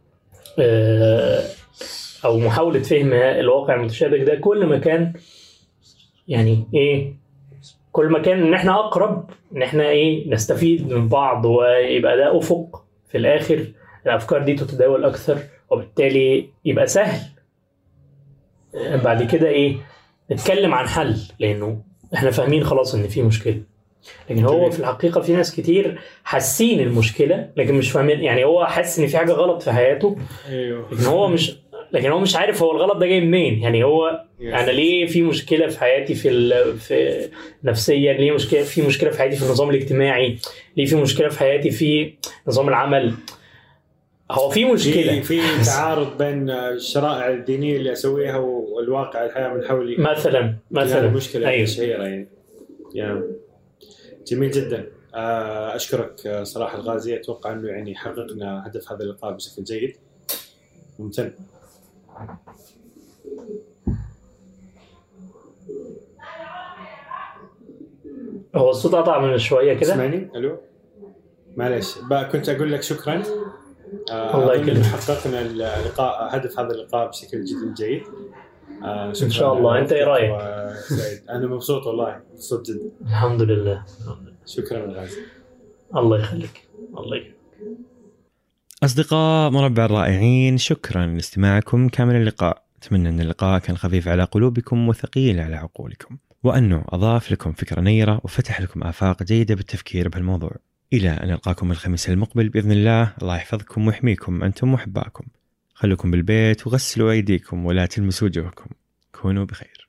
او محاوله فهم الواقع المتشابك ده، كل ما كان يعني ايه كل ما كان ان احنا اقرب ان احنا ايه نستفيد من بعض، ويبقى ده افق في الاخر الافكار دي تتداول اكثر، وبالتالي يبقى سهل بعد كده ايه نتكلم عن حل، لانه احنا فاهمين خلاص ان في مشكله. لكن هو في الحقيقه في ناس كتير حاسين المشكله لكن مش فاهمين، يعني هو حاسس ان في حاجه غلط في حياته لكن هو مش لكن هو مش عارف هو الغلط ده جاي منين. يعني هو انا ليه في مشكله في حياتي في في نفسيا، ليه مشكله في مشكله في حياتي في النظام الاجتماعي، ليه في مشكله في حياتي في نظام العمل. هو في مشكله في تعارض بين الشرائع الدينيه اللي اسويها والواقع الحياه من حولي مثلا مثلا مشكله أيوه. شهيره يعني. يعني جميل جدا. اشكرك صراحه الغازي، اتوقع انه يعني حققنا هدف هذا اللقاء بشكل جيد ممتن. هو الصوت قطع من شويه كده. اسمعني الو معلش بقى، كنت اقول لك شكرا. آه الله يكرمك. حققنا اللقاء هدف هذا اللقاء بشكل جدا جيد. آه ان شاء الله. انت ايه رايك؟ انا مبسوط والله، مبسوط جدا. الحمد لله. شكرا غازي. الله يخليك. الله يخليك. أصدقاء مربع الرائعين، شكرا لاستماعكم كامل اللقاء. أتمنى أن اللقاء كان خفيف على قلوبكم وثقيل على عقولكم، وأنه أضاف لكم فكرة نيرة وفتح لكم آفاق جيدة بالتفكير بهالموضوع. إلى أن ألقاكم الخميس المقبل بإذن الله. الله يحفظكم ويحميكم أنتم وحباكم. خلوكم بالبيت وغسلوا أيديكم ولا تلمسوا وجوهكم. كونوا بخير.